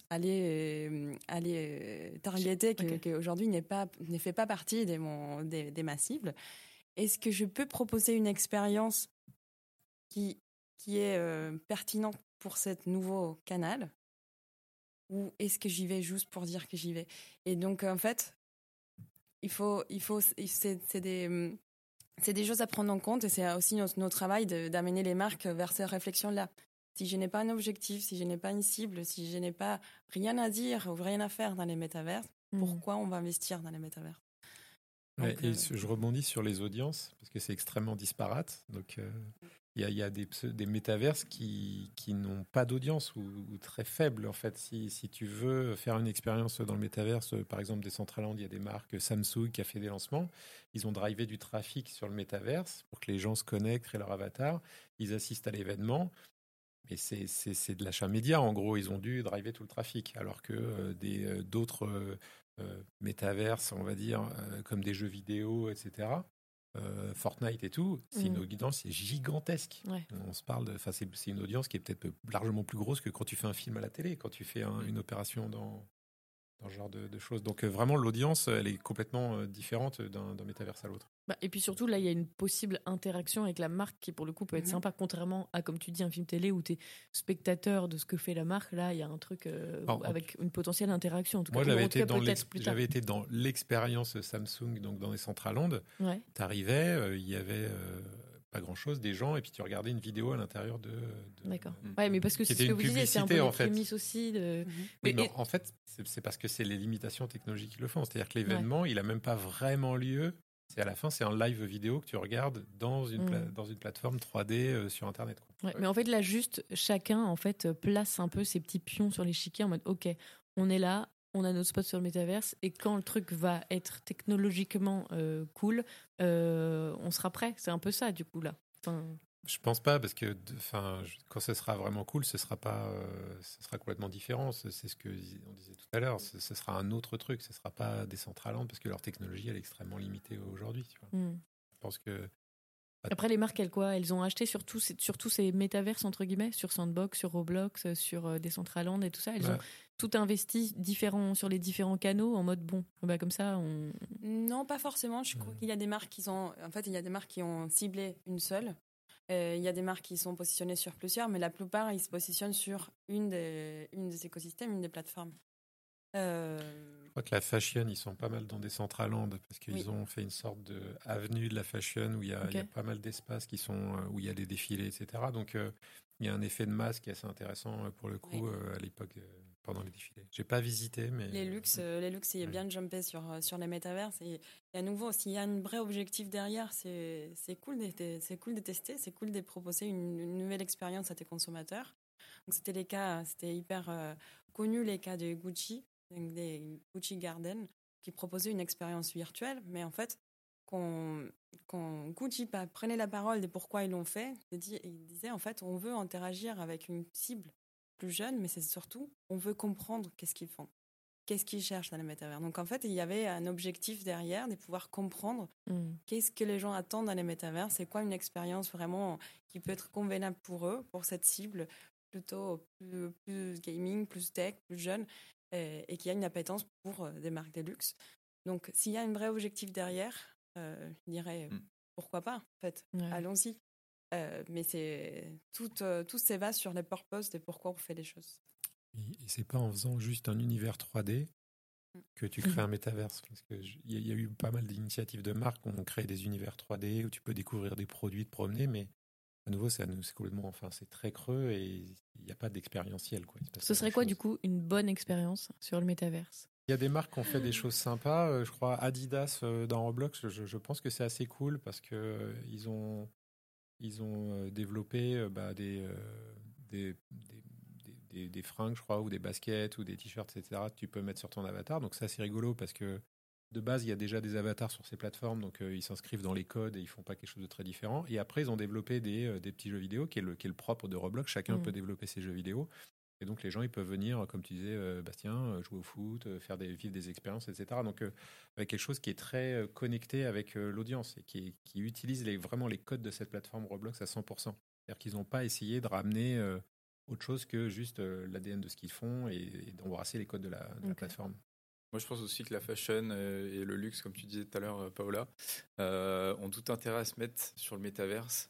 targetée Ok. qui aujourd'hui ne fait pas partie des ma cible? Est-ce que je peux proposer une expérience qui est pertinente pour ce nouveau canal? Ou est-ce que j'y vais juste pour dire que j'y vais? Et donc, en fait, c'est des choses à prendre en compte et c'est aussi notre travail d'amener les marques vers ces réflexions-là. Si je n'ai pas un objectif, si je n'ai pas une cible, si je n'ai pas rien à dire ou rien à faire dans les métavers, Mm. pourquoi on va investir dans les métavers? Ouais, Donc, et je rebondis sur les audiences, parce que c'est extrêmement disparate. Donc, il y a des métaverses qui n'ont pas d'audience ou très faible, en fait. Si tu veux faire une expérience dans le métaverse, par exemple, Decentraland, il y a des marques, Samsung qui a fait des lancements. Ils ont drivé du trafic sur le métaverse pour que les gens se connectent, créent leur avatar. Ils assistent à l'événement. Mais c'est de l'achat média, en gros. Ils ont dû driver tout le trafic. Alors que d'autres métaverses, on va dire, comme des jeux vidéo, etc., Fortnite et tout, c'est une audience gigantesque. Ouais. On se parle c'est une audience qui est peut-être largement plus grosse que quand tu fais un film à la télé, quand tu fais une opération dans ce genre de choses. Donc vraiment, l'audience, elle est complètement différente d'un métaverse à l'autre. Bah, et puis surtout, là, il y a une possible interaction avec la marque qui, pour le coup, peut être sympa, contrairement à, comme tu dis, un film télé où tu es spectateur de ce que fait la marque. Là, il y a un truc avec une potentielle interaction. En tout cas, moi, ou j'avais en tout cas, peut-être plus tard. j'avais été dans l'expérience Samsung, donc dans les Decentraland. Ouais. Tu arrivais, il y avait pas grand-chose, des gens, et puis tu regardais une vidéo à l'intérieur de D'accord. Ouais, mais parce que c'est C'était ce que une vous disiez, c'est un peu publicité, les en fait. prémices aussi. De... Oui, mais en fait, c'est parce que c'est les limitations technologiques qui le font. C'est-à-dire que l'événement, il n'a même pas vraiment lieu. C'est à la fin, c'est un live vidéo que tu regardes dans une plateforme 3D sur Internet. Quoi. Ouais, mais en fait, là, juste, chacun en fait, place un peu ses petits pions sur l'échiquier en mode, OK, on est là, on a notre spot sur le métaverse, et quand le truc va être technologiquement cool, on sera prêt. C'est un peu ça, du coup, là. Enfin... Je pense pas, parce que quand ce sera vraiment cool, ce sera complètement différent. C'est ce que on disait tout à l'heure. Ce sera un autre truc. Ce sera pas Decentraland, parce que leur technologie elle est extrêmement limitée aujourd'hui. Tu vois. Je pense que Après, les marques, elles ont acheté sur tous ces métaverses, entre guillemets, sur Sandbox, sur Roblox, sur Decentraland et tout ça. Elles ont tout investi sur les différents canaux en mode comme ça, Non, pas forcément. Je crois qu'il y a des marques qui ont ciblé une seule. Il y a des marques qui sont positionnées sur plusieurs, mais la plupart, ils se positionnent sur une des écosystèmes, une des plateformes. Je crois que la fashion, ils sont pas mal dans des Decentraland parce qu'ils ont fait une sorte d'avenue de la fashion où il y a pas mal d'espaces où il y a des défilés, etc. Donc, il y a un effet de masse qui est assez intéressant pour le coup à l'époque pendant les défilés. J'ai pas visité, mais les luxe, il y a bien jumpé sur les métaverses et à nouveau, s'il y a un vrai objectif derrière, c'est cool de tester, c'est cool de proposer une nouvelle expérience à tes consommateurs. Donc c'était hyper connu les cas de Gucci, des Gucci Garden, qui proposaient une expérience virtuelle, mais en fait, quand Gucci prenait la parole de pourquoi ils l'ont fait, il disait en fait, on veut interagir avec une cible plus jeune, mais c'est surtout, on veut comprendre qu'est-ce qu'ils font, qu'est-ce qu'ils cherchent dans le métavers. Donc en fait, il y avait un objectif derrière de pouvoir comprendre qu'est-ce que les gens attendent dans les métavers, c'est quoi une expérience vraiment qui peut être convenable pour eux, pour cette cible plutôt plus gaming, plus tech, plus jeune, et qui a une appétence pour des marques de luxe. Donc s'il y a un vrai objectif derrière, je dirais pourquoi pas, en fait, allons-y. Mais c'est tout se base sur les purposes de pourquoi on fait les choses. Et c'est pas en faisant juste un univers 3D que tu crées un métaverse. Parce qu'il y a eu pas mal d'initiatives de marques où on crée des univers 3D où tu peux découvrir des produits, te promener, mais à nouveau, c'est complètement, c'est très creux et il n'y a pas d'expérientiel. Ce serait quoi, du coup, une bonne expérience sur le métaverse? Il y a des marques qui ont fait des choses sympas. Je crois Adidas dans Roblox, je pense que c'est assez cool parce qu'ils ont développé des fringues, je crois, ou des baskets, ou des t-shirts, etc. que tu peux mettre sur ton avatar. Donc ça, c'est rigolo parce que de base, il y a déjà des avatars sur ces plateformes, donc ils s'inscrivent dans les codes et ils font pas quelque chose de très différent. Et après, ils ont développé des petits jeux vidéo, qui est le propre de Roblox. Chacun peut développer ses jeux vidéo. Et donc, les gens, ils peuvent venir, comme tu disais, Bastien, jouer au foot, vivre des expériences, etc. Donc, avec quelque chose qui est très connecté avec l'audience et qui utilise vraiment les codes de cette plateforme Roblox à 100%. C'est-à-dire qu'ils n'ont pas essayé de ramener autre chose que juste l'ADN de ce qu'ils font et d'embrasser les codes de la plateforme. Moi, je pense aussi que la fashion et le luxe, comme tu disais tout à l'heure, Paola, ont tout intérêt à se mettre sur le métaverse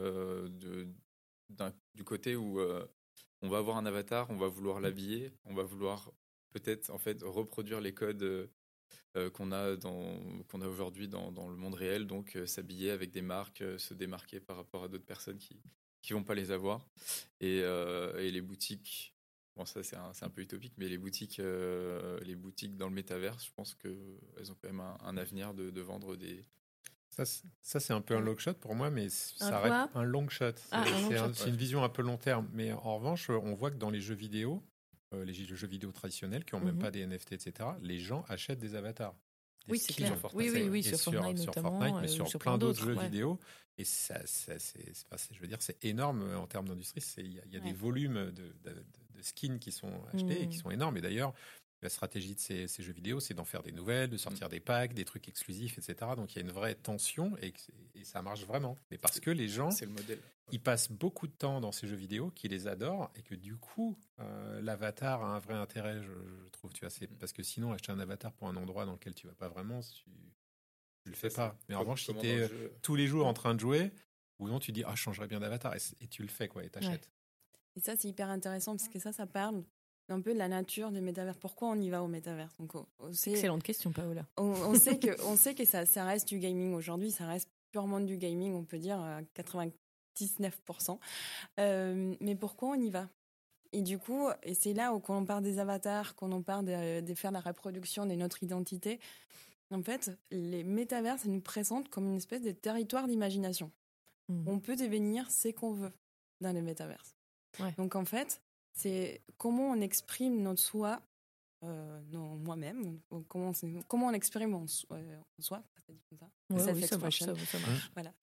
du côté où on va avoir un avatar, on va vouloir l'habiller, on va vouloir peut-être en fait reproduire les codes qu'on a aujourd'hui dans le monde réel, donc s'habiller avec des marques, se démarquer par rapport à d'autres personnes qui vont pas les avoir et les boutiques. Bon, ça c'est un peu utopique, mais les boutiques dans le métaverse, je pense qu'elles ont quand même un avenir de vendre des. Ça c'est un peu un long shot pour moi, mais ça reste un long shot. C'est une vision un peu long terme. Mais en revanche, on voit que dans les jeux vidéo, les jeux vidéo traditionnels qui n'ont même pas des NFT, etc., les gens achètent des avatars. Oui, c'est clair. Sur Fortnite notamment, mais sur plein d'autres jeux vidéo. Et je veux dire, c'est énorme en termes d'industrie. Il y a des volumes de skins qui sont achetés et qui sont énormes. Et d'ailleurs, la stratégie de ces jeux vidéo, c'est d'en faire des nouvelles, de sortir des packs, des trucs exclusifs, etc. Donc il y a une vraie tension et ça marche vraiment. Mais parce que les gens, c'est le modèle. Ils passent beaucoup de temps dans ces jeux vidéo, qui les adorent et que du coup, l'avatar a un vrai intérêt, je trouve. Tu vois, parce que sinon, acheter un avatar pour un endroit dans lequel tu vas pas vraiment, tu le fais pas. Mais en revanche, si tu es tous les jours en train de jouer, ou non, tu dis je changerais bien d'avatar et tu le fais et t'achètes. Et ça, c'est hyper intéressant parce que ça parle un peu de la nature du métavers. Pourquoi on y va au métavers? Donc, excellente question, Paola. On sait que ça reste du gaming aujourd'hui, ça reste purement du gaming, on peut dire à 99%. Mais pourquoi on y va? Et du coup, et c'est là où quand on parle des avatars, quand on parle de faire la reproduction de notre identité, en fait, les métavers, ça nous présente comme une espèce de territoire d'imagination. On peut devenir ce qu'on veut dans les métavers. Ouais. Donc en fait, c'est comment on exprime notre soi, moi-même, comment on exprime en soi, ça dit comme ça. Oui, ça marche. Voilà.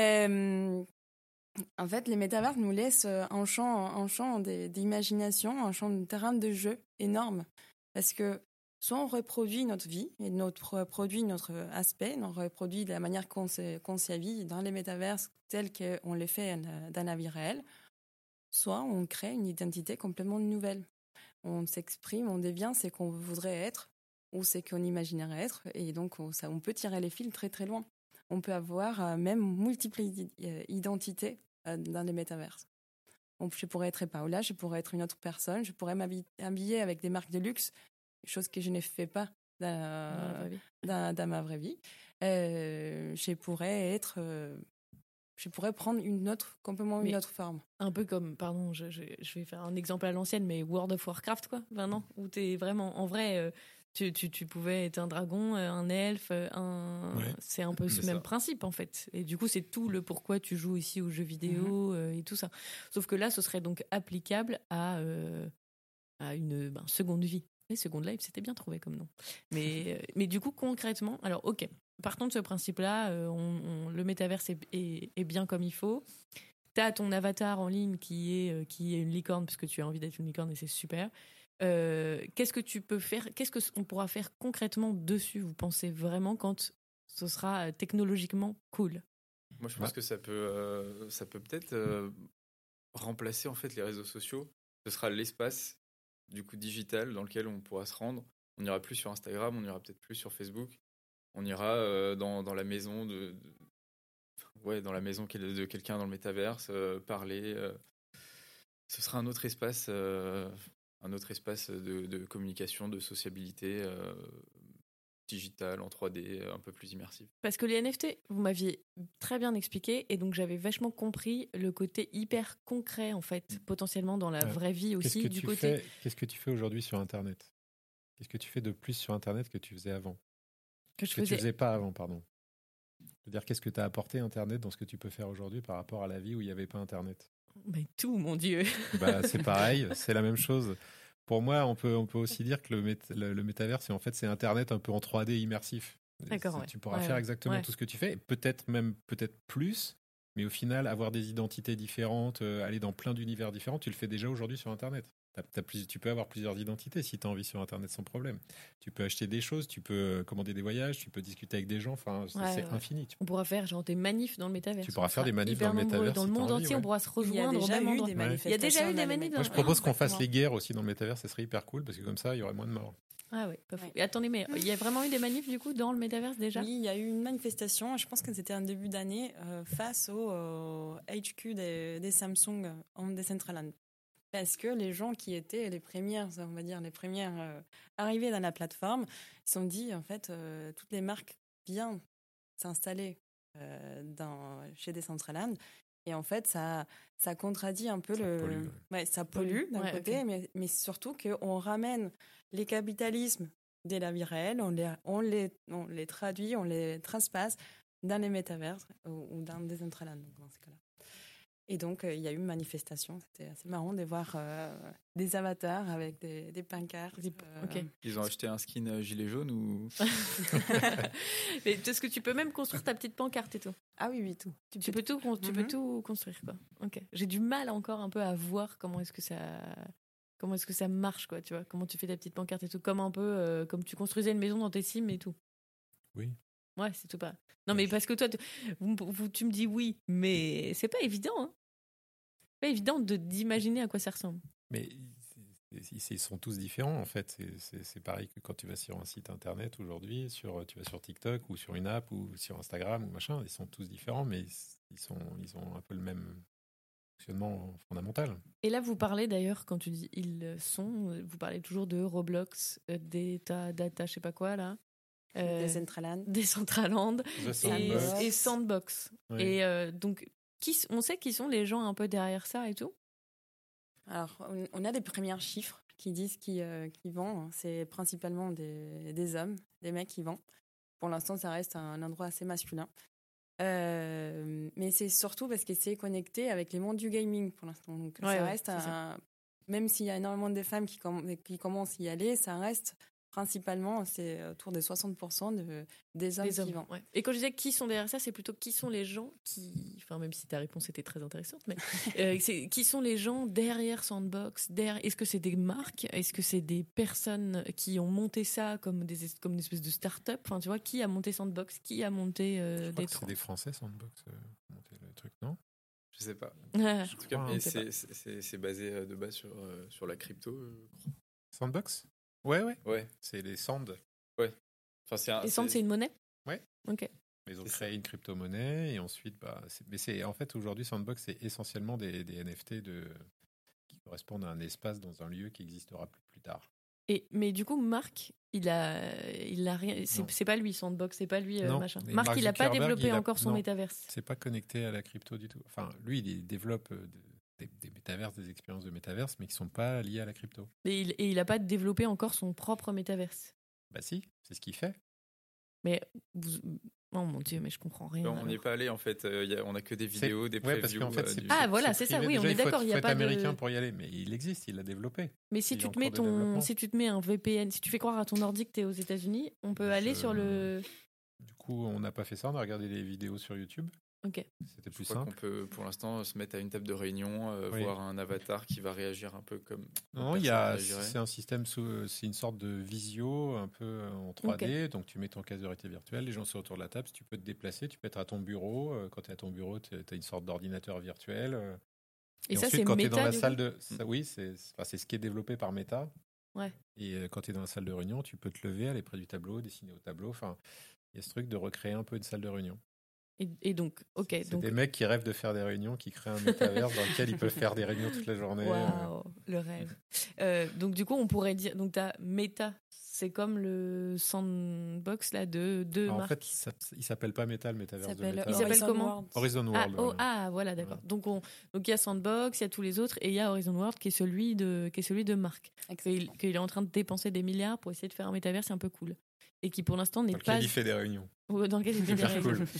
En fait, les métavers nous laissent un champ d'imagination, un champ de terrain de jeu énorme. Parce que soit on reproduit notre vie et reproduit notre aspect, on reproduit de la manière qu'on s'y vit dans les métaverses tels qu'on les fait dans la vie réelle, soit on crée une identité complètement nouvelle. On s'exprime, on devient ce qu'on voudrait être ou ce qu'on imaginerait être, et donc on peut tirer les fils très très loin. On peut avoir même multiples identités dans les métaverses. Je pourrais être Paola, je pourrais être une autre personne, je pourrais m'habiller avec des marques de luxe, chose que je ne fais pas dans ma vraie vie. Je pourrais prendre complètement une autre forme. Un peu comme, pardon, je vais faire un exemple à l'ancienne, mais World of Warcraft, quoi, maintenant, où t'es vraiment, en vrai, tu pouvais être un dragon, un elfe, c'est un peu ce même principe, en fait. Et du coup, c'est tout le pourquoi tu joues ici aux jeux vidéo et tout ça. Sauf que là, ce serait donc applicable à une seconde vie. Mais Second Life, c'était bien trouvé comme nom. Mais du coup, concrètement, alors, ok, partons de ce principe-là, le métaverse est bien comme il faut. Tu as ton avatar en ligne qui est une licorne, parce que tu as envie d'être une licorne et c'est super. Qu'est-ce que tu peux faire? Qu'est-ce qu'on pourra faire concrètement dessus, vous pensez vraiment, quand ce sera technologiquement cool? Moi, je pense que ça peut peut-être remplacer en fait les réseaux sociaux. Ce sera l'espace du coup digital dans lequel on pourra se rendre. On n'ira plus sur Instagram, on n'ira peut-être plus sur Facebook. On ira dans la maison dans la maison de quelqu'un dans le métaverse, parler. Ce sera un autre espace de communication, de sociabilité digitale en 3D, un peu plus immersif. Parce que les NFT, vous m'aviez très bien expliqué, et donc j'avais vachement compris le côté hyper concret, en fait, potentiellement dans la vraie vie aussi. Qu'est-ce que tu fais aujourd'hui sur Internet? Qu'est-ce que tu fais de plus sur Internet que tu faisais avant? Tu faisais pas avant, pardon. C'est-à-dire, qu'est-ce que tu as apporté Internet dans ce que tu peux faire aujourd'hui par rapport à la vie où il n'y avait pas Internet? Mais tout, mon Dieu. C'est pareil, c'est la même chose. Pour moi, on peut aussi dire que le métavers, en fait, c'est Internet un peu en 3D immersif. D'accord, tu pourras faire exactement tout ce que tu fais, peut-être plus, mais au final, avoir des identités différentes, aller dans plein d'univers différents, tu le fais déjà aujourd'hui sur Internet. Tu peux avoir plusieurs identités si tu as envie sur Internet sans problème. Tu peux acheter des choses, tu peux commander des voyages, tu peux discuter avec des gens, c'est infini. On pourra faire des manifs dans le métavers. Tu pourras faire des manifs dans le métavers. Dans le monde entier, on pourra se rejoindre au même endroit. Il y a déjà eu des manifs. Moi, je propose qu'on fasse les guerres aussi dans le métavers, ça serait hyper cool, parce que comme ça, il y aurait moins de morts. Ah ouais, pas fou. Et attendez, mais il y a vraiment eu des manifs du coup dans le métavers déjà? Oui, il y a eu une manifestation, je pense que c'était en début d'année, face au HQ des Samsung en Decentraland. Parce que les gens qui étaient les premières arrivées dans la plateforme, ils se sont dit, en fait, toutes les marques viennent s'installer chez Decentraland. Et en fait, ça contradit un peu ça pollue d'un côté, okay. mais surtout qu'on ramène les capitalismes de la vie réelle, on les traduit, on les transpasse dans les métavers ou dans Decentraland, dans ce cas-là. Et donc, il y a eu une manifestation. C'était assez marrant de voir des avatars avec des pancartes. Okay. Ils ont acheté un skin gilet jaune ou... Mais est-ce que tu peux même construire ta petite pancarte et tout? Ah oui, tout. Tu peux tout construire, quoi. Ok. J'ai du mal encore un peu à voir comment est-ce que ça marche, quoi, tu vois. Comment tu fais ta petite pancarte et tout. Comme un peu comme tu construisais une maison dans tes Sims et tout. Oui. Ouais, c'est tout pas. Non, mais parce que toi, tu me dis oui, mais c'est pas évident, hein. C'est pas évident d'imaginer à quoi ça ressemble. Mais ils sont tous différents, en fait. C'est pareil que quand tu vas sur un site internet aujourd'hui, tu vas sur TikTok ou sur une app ou sur Instagram ou machin, ils sont tous différents, mais ils ont un peu le même fonctionnement fondamental. Et là, vous parlez d'ailleurs, quand tu dis vous parlez toujours de Roblox, Data, je sais pas quoi, là. Decentraland et Sandbox. Oui. Et donc, on sait qui sont les gens un peu derrière ça et tout? Alors, on a des premiers chiffres qui disent qui vendent. C'est principalement des hommes, des mecs qui vendent. Pour l'instant, ça reste un endroit assez masculin. Mais c'est surtout parce que c'est connecté avec les mondes du gaming pour l'instant. Donc, ça reste même s'il y a énormément de femmes qui commencent à y aller, ça reste principalement, c'est autour des 60% des hommes Les qui hommes. vendent. Ouais. Et quand je disais qui sont derrière ça, c'est plutôt qui sont les gens qui. Enfin, même si ta réponse était très intéressante, mais qui sont les gens derrière Sandbox Est-ce que c'est des marques? Est-ce que c'est des personnes qui ont monté ça comme une espèce de start-up? Enfin, tu vois, qui a monté Sandbox? Qui a monté Je crois des que c'est des Français, Sandbox, qui ont monté le truc, non? Je sais pas. Ah, En tout cas, crois, mais hein. c'est basé de base sur la crypto. Sandbox? Ouais. Ouais. C'est les Sand. Enfin, Et Sand, c'est une monnaie? Ouais. Ok. Ils ont C'est créé une crypto-monnaie et ensuite, en fait, aujourd'hui, Sandbox, c'est essentiellement des NFT qui correspondent à un espace dans un lieu qui existera plus tard. Mais du coup, Marc, il a rien. Non. C'est pas lui, Sandbox, c'est pas lui, Non, machin. mais Marc, Mark il a pas Zuckerberg, développé encore son non. métaverse. C'est pas connecté à la crypto du tout. Enfin, lui, il développe des métaverses, des expériences de métaverse, mais qui sont pas liées à la crypto. Et il a pas développé encore son propre métaverse. Bah si, c'est ce qu'il fait. Mais oh mon dieu, mais je comprends rien. On n'y est alors. pas allé en fait. On a que des vidéos, des Ouais, parce previews. qu'en fait, c'est Ah, voilà, c'est ça, privé. oui, on Déjà, est d'accord, il y a faut être pas de- américain pour y aller, mais il existe, il l'a développé. Mais si il est tu en te mets cours de développement. si tu te mets un VPN, si tu fais croire à ton ordi que tu es aux États-Unis, on peut aller sur le. Du coup, on n'a pas fait ça, on a regardé les vidéos sur YouTube. Ok. C'était Je plus crois qu'on simple. peut pour l'instant se mettre à une table de réunion, Oui. voir un avatar qui va réagir un peu comme. Non, personne réagirait. c'est un système, c'est une sorte de visio un peu en 3D. Donc, tu mets ton casque de réalité virtuelle, les gens sont autour de la table. Si tu peux te déplacer, tu peux être à ton bureau. Quand tu es à ton bureau, tu as une sorte d'ordinateur virtuel. Et ça, ensuite, c'est quand tu es Meta, dans la du salle coup de. Oui, c'est ce qui est développé par Meta. Ouais. Et quand tu es dans la salle de réunion, tu peux te lever, aller près du tableau, dessiner au tableau. Enfin, il y a ce truc de recréer un peu une salle de réunion. Et donc, ok. C'est Donc, des mecs qui rêvent de faire des réunions, qui créent un métaverse dans lequel ils peuvent faire des réunions toute la journée. waouh, le rêve. Donc, du coup, on pourrait dire. Donc, tu as Meta, c'est comme le Sandbox là, de En marques. fait, il s'appelle pas Meta, le métaverse de Meta. Il s'appelle comment Horizon Ah, World. Voilà. voilà, d'accord. Donc il y a Sandbox, il y a tous les autres, et il y a Horizon World qui est celui de Marc. Qu'il est en train de dépenser des milliards pour essayer de faire un métaverse un peu cool. Et qui pour l'instant n'est Dans pas. lequel il fait des réunions. Dans lequel il fait des Super réunions. cool.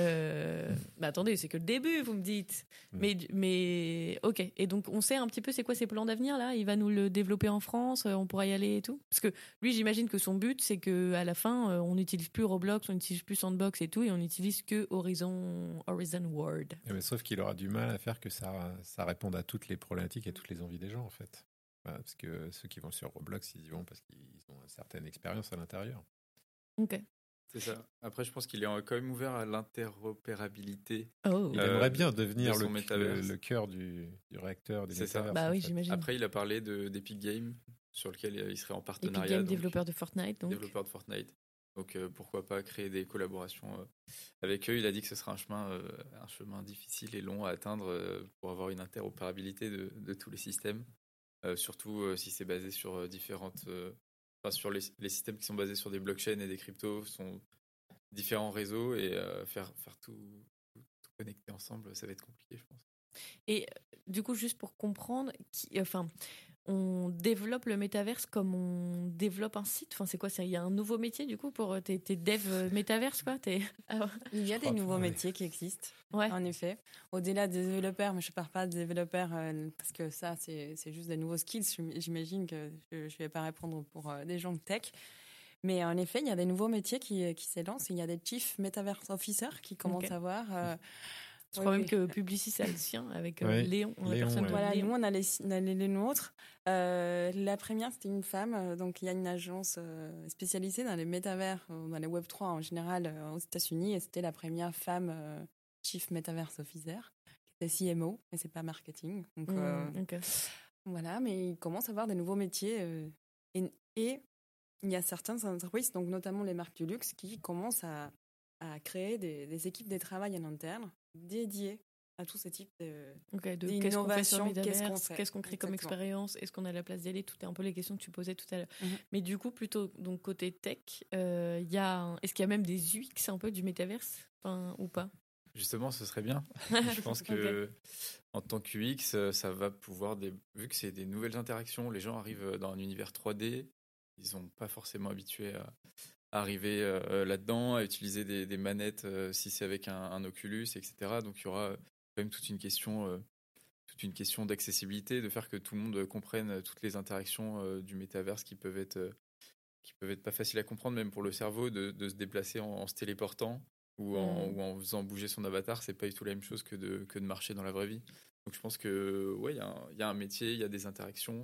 Mais attendez, c'est que le début, vous me dites. Mm. Mais ok. Et donc on sait un petit peu c'est quoi ses plans d'avenir là. Il va nous le développer en France, on pourra y aller et tout. Parce que lui, j'imagine que son but, c'est que à la fin, on n'utilise plus Roblox, on n'utilise plus Sandbox et tout, et on n'utilise que Horizon World. Mais sauf qu'il aura du mal à faire que ça réponde à toutes les problématiques et toutes les envies des gens, en fait. Voilà, parce que ceux qui vont sur Roblox, ils y vont parce qu'ils ont une certaine expérience à l'intérieur. Ok. C'est ça. Après, je pense qu'il est quand même ouvert à l'interopérabilité. Oh. Il aimerait bien devenir de son métaverse. le cœur du réacteur des C'est ça. métaverses. Bah en oui, fait. j'imagine. Après, il a parlé d'Epic Games, sur lequel il serait en Epic partenariat. Games, donc, développeur de Fortnite, donc. développeur de Fortnite. Donc pourquoi pas créer des collaborations avec eux. Il a dit que ce serait un chemin difficile et long à atteindre pour avoir une interopérabilité de tous les systèmes. Surtout si c'est basé sur sur les systèmes qui sont basés sur des blockchains et des cryptos, sont différents réseaux, et faire tout connecter ensemble, ça va être compliqué, je pense. Et du coup, juste pour comprendre, on développe le métaverse comme on développe un site. Enfin, c'est quoi? Il y a un nouveau métier du coup pour tes dev métaverse, quoi. Il y a des crois nouveaux que- métiers qui existent, Ouais. en effet. Au-delà des développeurs, mais je ne parle pas de développeurs parce que ça, c'est juste des nouveaux skills. J'imagine que je ne vais pas répondre pour des gens de tech. Mais en effet, il y a des nouveaux métiers qui s'élancent. Il y a des Chief Metaverse Officers qui commencent Ok. à voir. Je crois même que Publicis a le sien avec Ouais. Léon. La Léon, personne ouais. de Voilà, Léon. nous, on a les nôtres. La première, c'était une femme. Donc, il y a une agence spécialisée dans les métavers, dans les Web3 en général aux États-Unis. Et c'était la première femme Chief Metaverse Officer, qui était CMO, mais c'est pas marketing. Donc, Ok. voilà, mais il commence à avoir des nouveaux métiers. Et il y a certaines entreprises, donc notamment les marques du luxe, qui commencent à créer des équipes de travail en interne dédiées à tous ces types de... Ok, qu'est-ce qu'on fait sur D'innovation, qu'est-ce qu'on Metaverse, fait qu'est-ce qu'on crée comme Exactement. expérience, est-ce qu'on a la place d'y aller, tout est un peu les questions que tu posais tout à l'heure. Mhm. Mais du coup, plutôt donc côté tech, est-ce qu'il y a même des UX un peu du Metaverse, ou pas? Justement, ce serait bien. Je pense que en tant qu'UX, ça va pouvoir, vu que c'est des nouvelles interactions, les gens arrivent dans un univers 3D, ils sont pas forcément habitués à arriver là-dedans, à utiliser des manettes si c'est avec un Oculus, etc. Donc il y aura quand même toute une question d'accessibilité, de faire que tout le monde comprenne toutes les interactions du métaverse qui peuvent être qui peuvent être pas faciles à comprendre, même pour le cerveau, de se déplacer en se téléportant ou en faisant bouger son avatar. C'est pas du tout la même chose que de marcher dans la vraie vie. Donc je pense que ouais, il y a un métier, il y a des interactions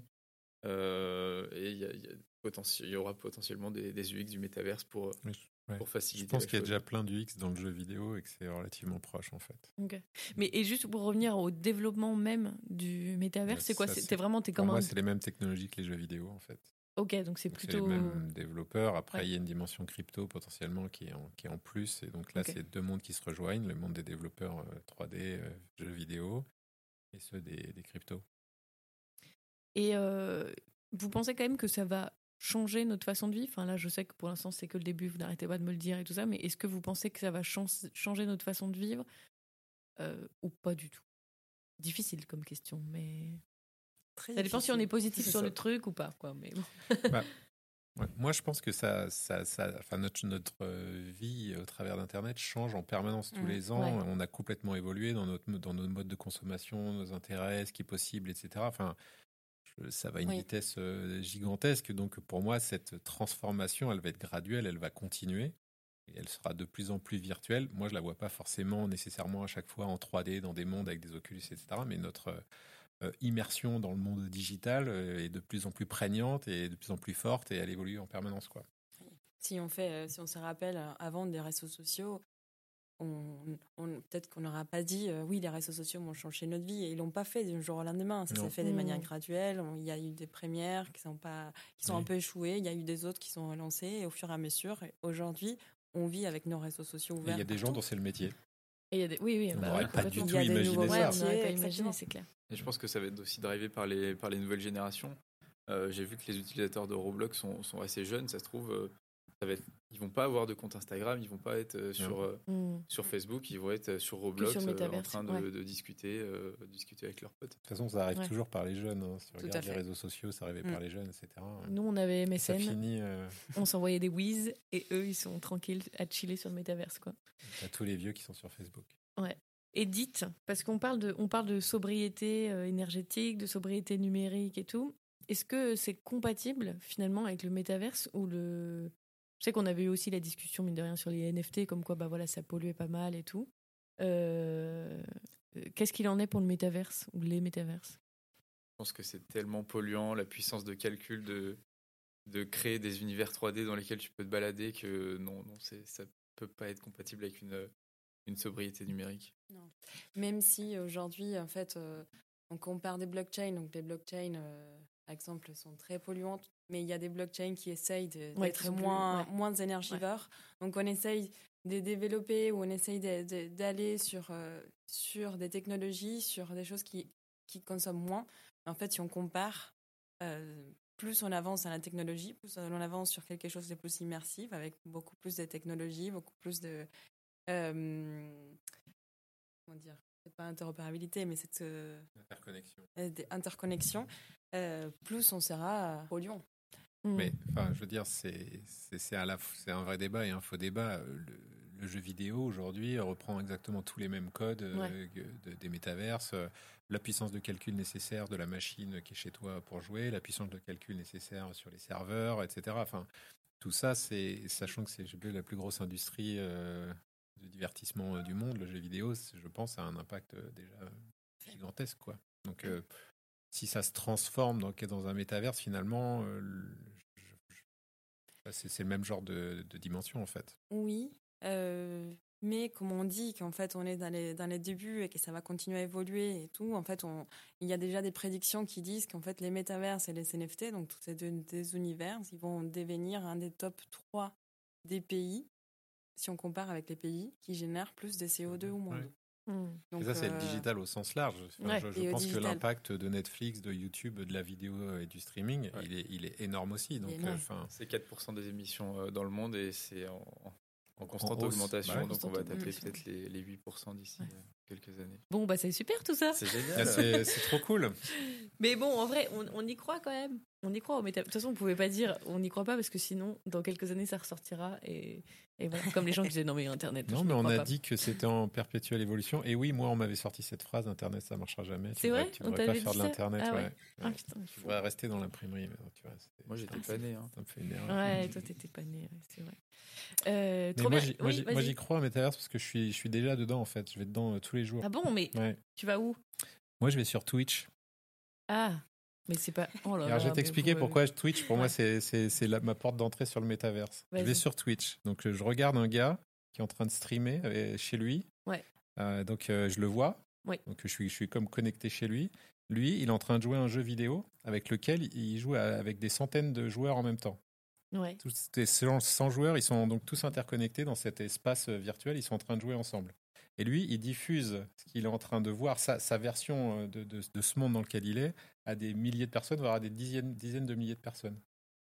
et il y aura potentiellement des UX du métaverse pour faciliter. Je pense la qu'il y a chose. déjà plein d'UX dans le jeu vidéo et que c'est relativement proche en fait. Ok. Mais et juste pour revenir au développement même du métavers, c'est quoi? Ça, T'es pour comme moi, un... c'est les mêmes technologies que les jeux vidéo en fait. Ok, donc c'est Donc, plutôt... c'est les mêmes développeurs. Après, Ouais. il y a une dimension crypto potentiellement qui est en plus. Et donc là, Ok. c'est deux mondes qui se rejoignent, le monde des développeurs 3D, jeux vidéo, et ceux des cryptos. Et vous pensez quand même que ça va changer notre façon de vivre? Enfin là, je sais que pour l'instant, c'est que le début, vous n'arrêtez pas de me le dire et tout ça, mais est-ce que vous pensez que ça va changer notre façon de vivre ou pas du tout? Difficile comme question, mais Très ça dépend si on est positif C'est sur ça. le truc ou pas, quoi. Mais bon. Ouais, moi, je pense que enfin, notre vie au travers d'Internet change en permanence tous les ans. Ouais. On a complètement évolué dans nos modes de consommation, nos intérêts, ce qui est possible, etc. Enfin, ça va à une vitesse gigantesque. Donc, pour moi, cette transformation, elle va être graduelle, elle va continuer. Et elle sera de plus en plus virtuelle. Moi, je la vois pas forcément nécessairement à chaque fois en 3D, dans des mondes avec des Oculus, etc. Mais notre immersion dans le monde digital est de plus en plus prégnante et de plus en plus forte et elle évolue en permanence, quoi. Si on se rappelle avant des réseaux sociaux, peut-être qu'on n'aura pas dit oui, les réseaux sociaux vont changer notre vie, et ils l'ont pas fait du jour au lendemain. Ça Non. s'est fait de manière graduelle. Il y a eu des premières qui sont un peu échouées. Il y a eu des autres qui sont relancées, et au fur et à mesure. Et aujourd'hui, on vit avec nos réseaux sociaux Et ouverts. il y a des gens dont c'est le métier. Et il y a des... Oui, On bah n'aurait ouais, pas du complètement. tout Il y a des imaginé nouveaux Ouais, ça. on n'aurait pas Exactement. imaginé, c'est clair. Et je pense que ça va être aussi drivé par les nouvelles générations. J'ai vu que les utilisateurs de Roblox sont assez jeunes. Ça se trouve, ils vont pas avoir de compte Instagram, ils vont pas être sur Facebook, ils vont être sur Roblox sur le en métaverse, train ouais. de discuter avec leurs potes. De toute façon, ça arrive Ouais. toujours par les jeunes. Hein. Si tu Tout regardes à les fait. réseaux sociaux, ça arrivait par les jeunes, etc. Nous, on avait Ça MSN, finit on s'envoyait des whiz et eux, ils sont tranquilles à chiller sur le métaverse, quoi. à tous les vieux qui sont sur Facebook. Ouais. Et dites, parce qu'on parle de sobriété énergétique, de sobriété numérique et tout. Est-ce que c'est compatible finalement avec le métaverse ou le... Je sais qu'on avait eu aussi la discussion, mine de rien, sur les NFT, comme quoi bah voilà, ça polluait pas mal et tout. Qu'est-ce qu'il en est pour le métaverse ou les métaverses? Je pense que c'est tellement polluant, la puissance de calcul de créer des univers 3D dans lesquels tu peux te balader que ça peut pas être compatible avec une sobriété numérique. Non. Même si aujourd'hui, en fait, on compare des blockchains. Donc les blockchains, par exemple, sont très polluantes, mais il y a des blockchains qui essayent d'être qui sont moins énergivores. Donc on essaye de développer ou on essaye d'aller sur des technologies, sur des choses qui consomment moins. En fait, si on compare, plus on avance dans la technologie, plus on avance sur quelque chose de plus immersif, avec beaucoup plus de technologies, beaucoup plus de... comment dire, c'est pas interopérabilité, mais cette interconnexion, plus on sera polluant. Mais enfin, je veux dire, c'est un vrai débat et un faux débat. Le jeu vidéo aujourd'hui reprend exactement tous les mêmes codes des métaverses. La puissance de calcul nécessaire de la machine qui est chez toi pour jouer, la puissance de calcul nécessaire sur les serveurs, etc. Enfin, tout ça, sachant que c'est la plus grosse industrie de divertissement du monde, le jeu vidéo, je pense, a un impact déjà gigantesque, quoi. Donc, si ça se transforme dans un métaverse, finalement, c'est le même genre de dimension, en fait. Oui, mais comme on dit qu'en fait on est dans les débuts et que ça va continuer à évoluer et tout, en fait il y a déjà des prédictions qui disent qu'en fait les métaverses et les NFT, donc tous ces des univers, ils vont devenir un des top 3 des pays, si on compare avec les pays qui génèrent plus de CO2 au monde. Ouais. Donc, et ça, c'est le digital au sens large. Enfin, je pense que l'impact de Netflix, de YouTube, de la vidéo et du streaming, il est énorme aussi. Donc, c'est 4% des émissions dans le monde et c'est en constante augmentation. Donc on va taper peut-être les 8% d'ici quelques années. Bon, bah c'est super tout ça. C'est génial. C'est trop cool. Mais bon, en vrai, on y croit quand même. On y croit au métaverse. De toute façon, on pouvait pas dire on n'y croit pas parce que sinon, dans quelques années, ça ressortira. Et voilà. Comme les gens qui disaient non, mais Internet. Non, je mais n'y on crois a pas. dit que c'était en perpétuelle évolution. Et oui, moi, on m'avait sorti cette phrase Internet, ça marchera jamais. C'est vrai Tu On devrais pas t'avait faire dit de ça l'Internet. Ah ouais. Ouais. Ah putain, Tu devrais rester dans l'imprimerie. Mais non, tu vois, Moi, j'étais pas né. Hein. ça me fait une erreur. Ouais, toi, t'étais pas né, ouais, c'est vrai. Mais Trop moi, bien. Oui, moi, vas-y. j'y crois au métaverse parce que je suis déjà dedans, en fait. Je vais dedans tous les jours. Ah bon, mais Ouais. tu vas où? Moi, je vais sur Twitch. Ah, mais c'est pas. Oh là Alors, là, je vais mais t'expliquer vous- pourquoi Twitch, pour moi, Ouais. c'est ma porte d'entrée sur le métaverse. Je Vas-y. vais sur Twitch. Donc, je regarde un gars qui est en train de streamer chez lui. Ouais. Donc, je le vois. Ouais. Donc, je suis comme connecté chez lui. Lui, il est en train de jouer à un jeu vidéo avec lequel il joue avec des centaines de joueurs en même temps. Ouais. Tous ces 100 joueurs, ils sont donc tous interconnectés dans cet espace virtuel. Ils sont en train de jouer ensemble. Et lui, il diffuse ce qu'il est en train de voir, sa version de ce monde dans lequel il est, à des milliers de personnes, voire à des dizaines de milliers de personnes.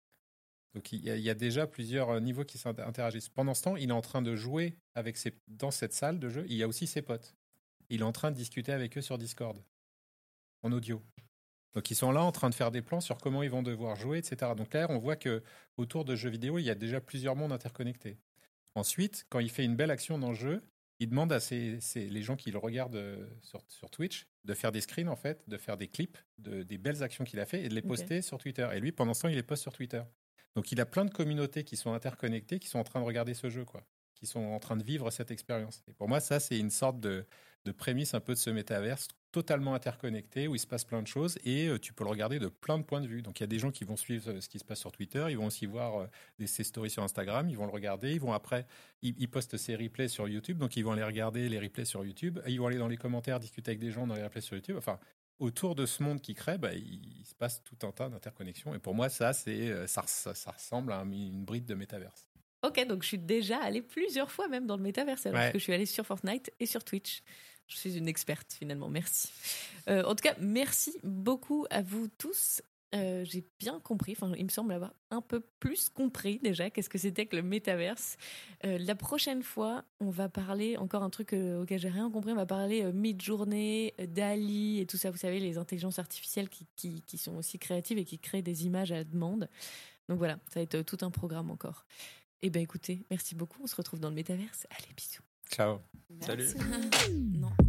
Donc il y a déjà plusieurs niveaux qui s'interagissent. Pendant ce temps, il est en train de jouer dans cette salle de jeu. Il y a aussi ses potes. Il est en train de discuter avec eux sur Discord, en audio. Donc ils sont là en train de faire des plans sur comment ils vont devoir jouer, etc. Donc là, on voit que autour de jeux vidéo, il y a déjà plusieurs mondes interconnectés. Ensuite, quand il fait une belle action dans le jeu, il demande à les gens qui le regardent sur Twitch de faire des screens, en fait, de faire des clips des belles actions qu'il a fait et de les poster sur Twitter. Et lui, pendant ce temps, il les poste sur Twitter. Donc il a plein de communautés qui sont interconnectées, qui sont en train de regarder ce jeu, quoi, qui sont en train de vivre cette expérience. Et pour moi, ça, c'est une sorte de prémisse un peu de ce métaverse totalement interconnecté où il se passe plein de choses et tu peux le regarder de plein de points de vue. Donc il y a des gens qui vont suivre ce qui se passe sur Twitter, ils vont aussi voir ses stories sur Instagram, ils vont le regarder, ils vont après, ils postent ses replays sur YouTube, donc ils vont aller regarder les replays sur YouTube, ils vont aller dans les commentaires discuter avec des gens dans les replays sur YouTube. Enfin, autour de ce monde qui crée, il se passe tout un tas d'interconnexions. Et pour moi, ça ressemble à une bride de métaverse. Ok, donc je suis déjà allée plusieurs fois même dans le métaverse, alors Ouais. que je suis allée sur Fortnite et sur Twitch. Je suis une experte finalement, merci. En tout cas, merci beaucoup à vous tous. J'ai bien compris, enfin il me semble avoir un peu plus compris déjà qu'est-ce que c'était que le métaverse. La prochaine fois, on va parler encore un truc auquel j'ai rien compris, on va parler Midjourney, DALL-E et tout ça, vous savez, les intelligences artificielles qui sont aussi créatives et qui créent des images à la demande. Donc voilà, ça va être tout un programme encore. Eh bien écoutez, merci beaucoup, on se retrouve dans le métaverse. Allez, bisous. Ciao. Salut. Non.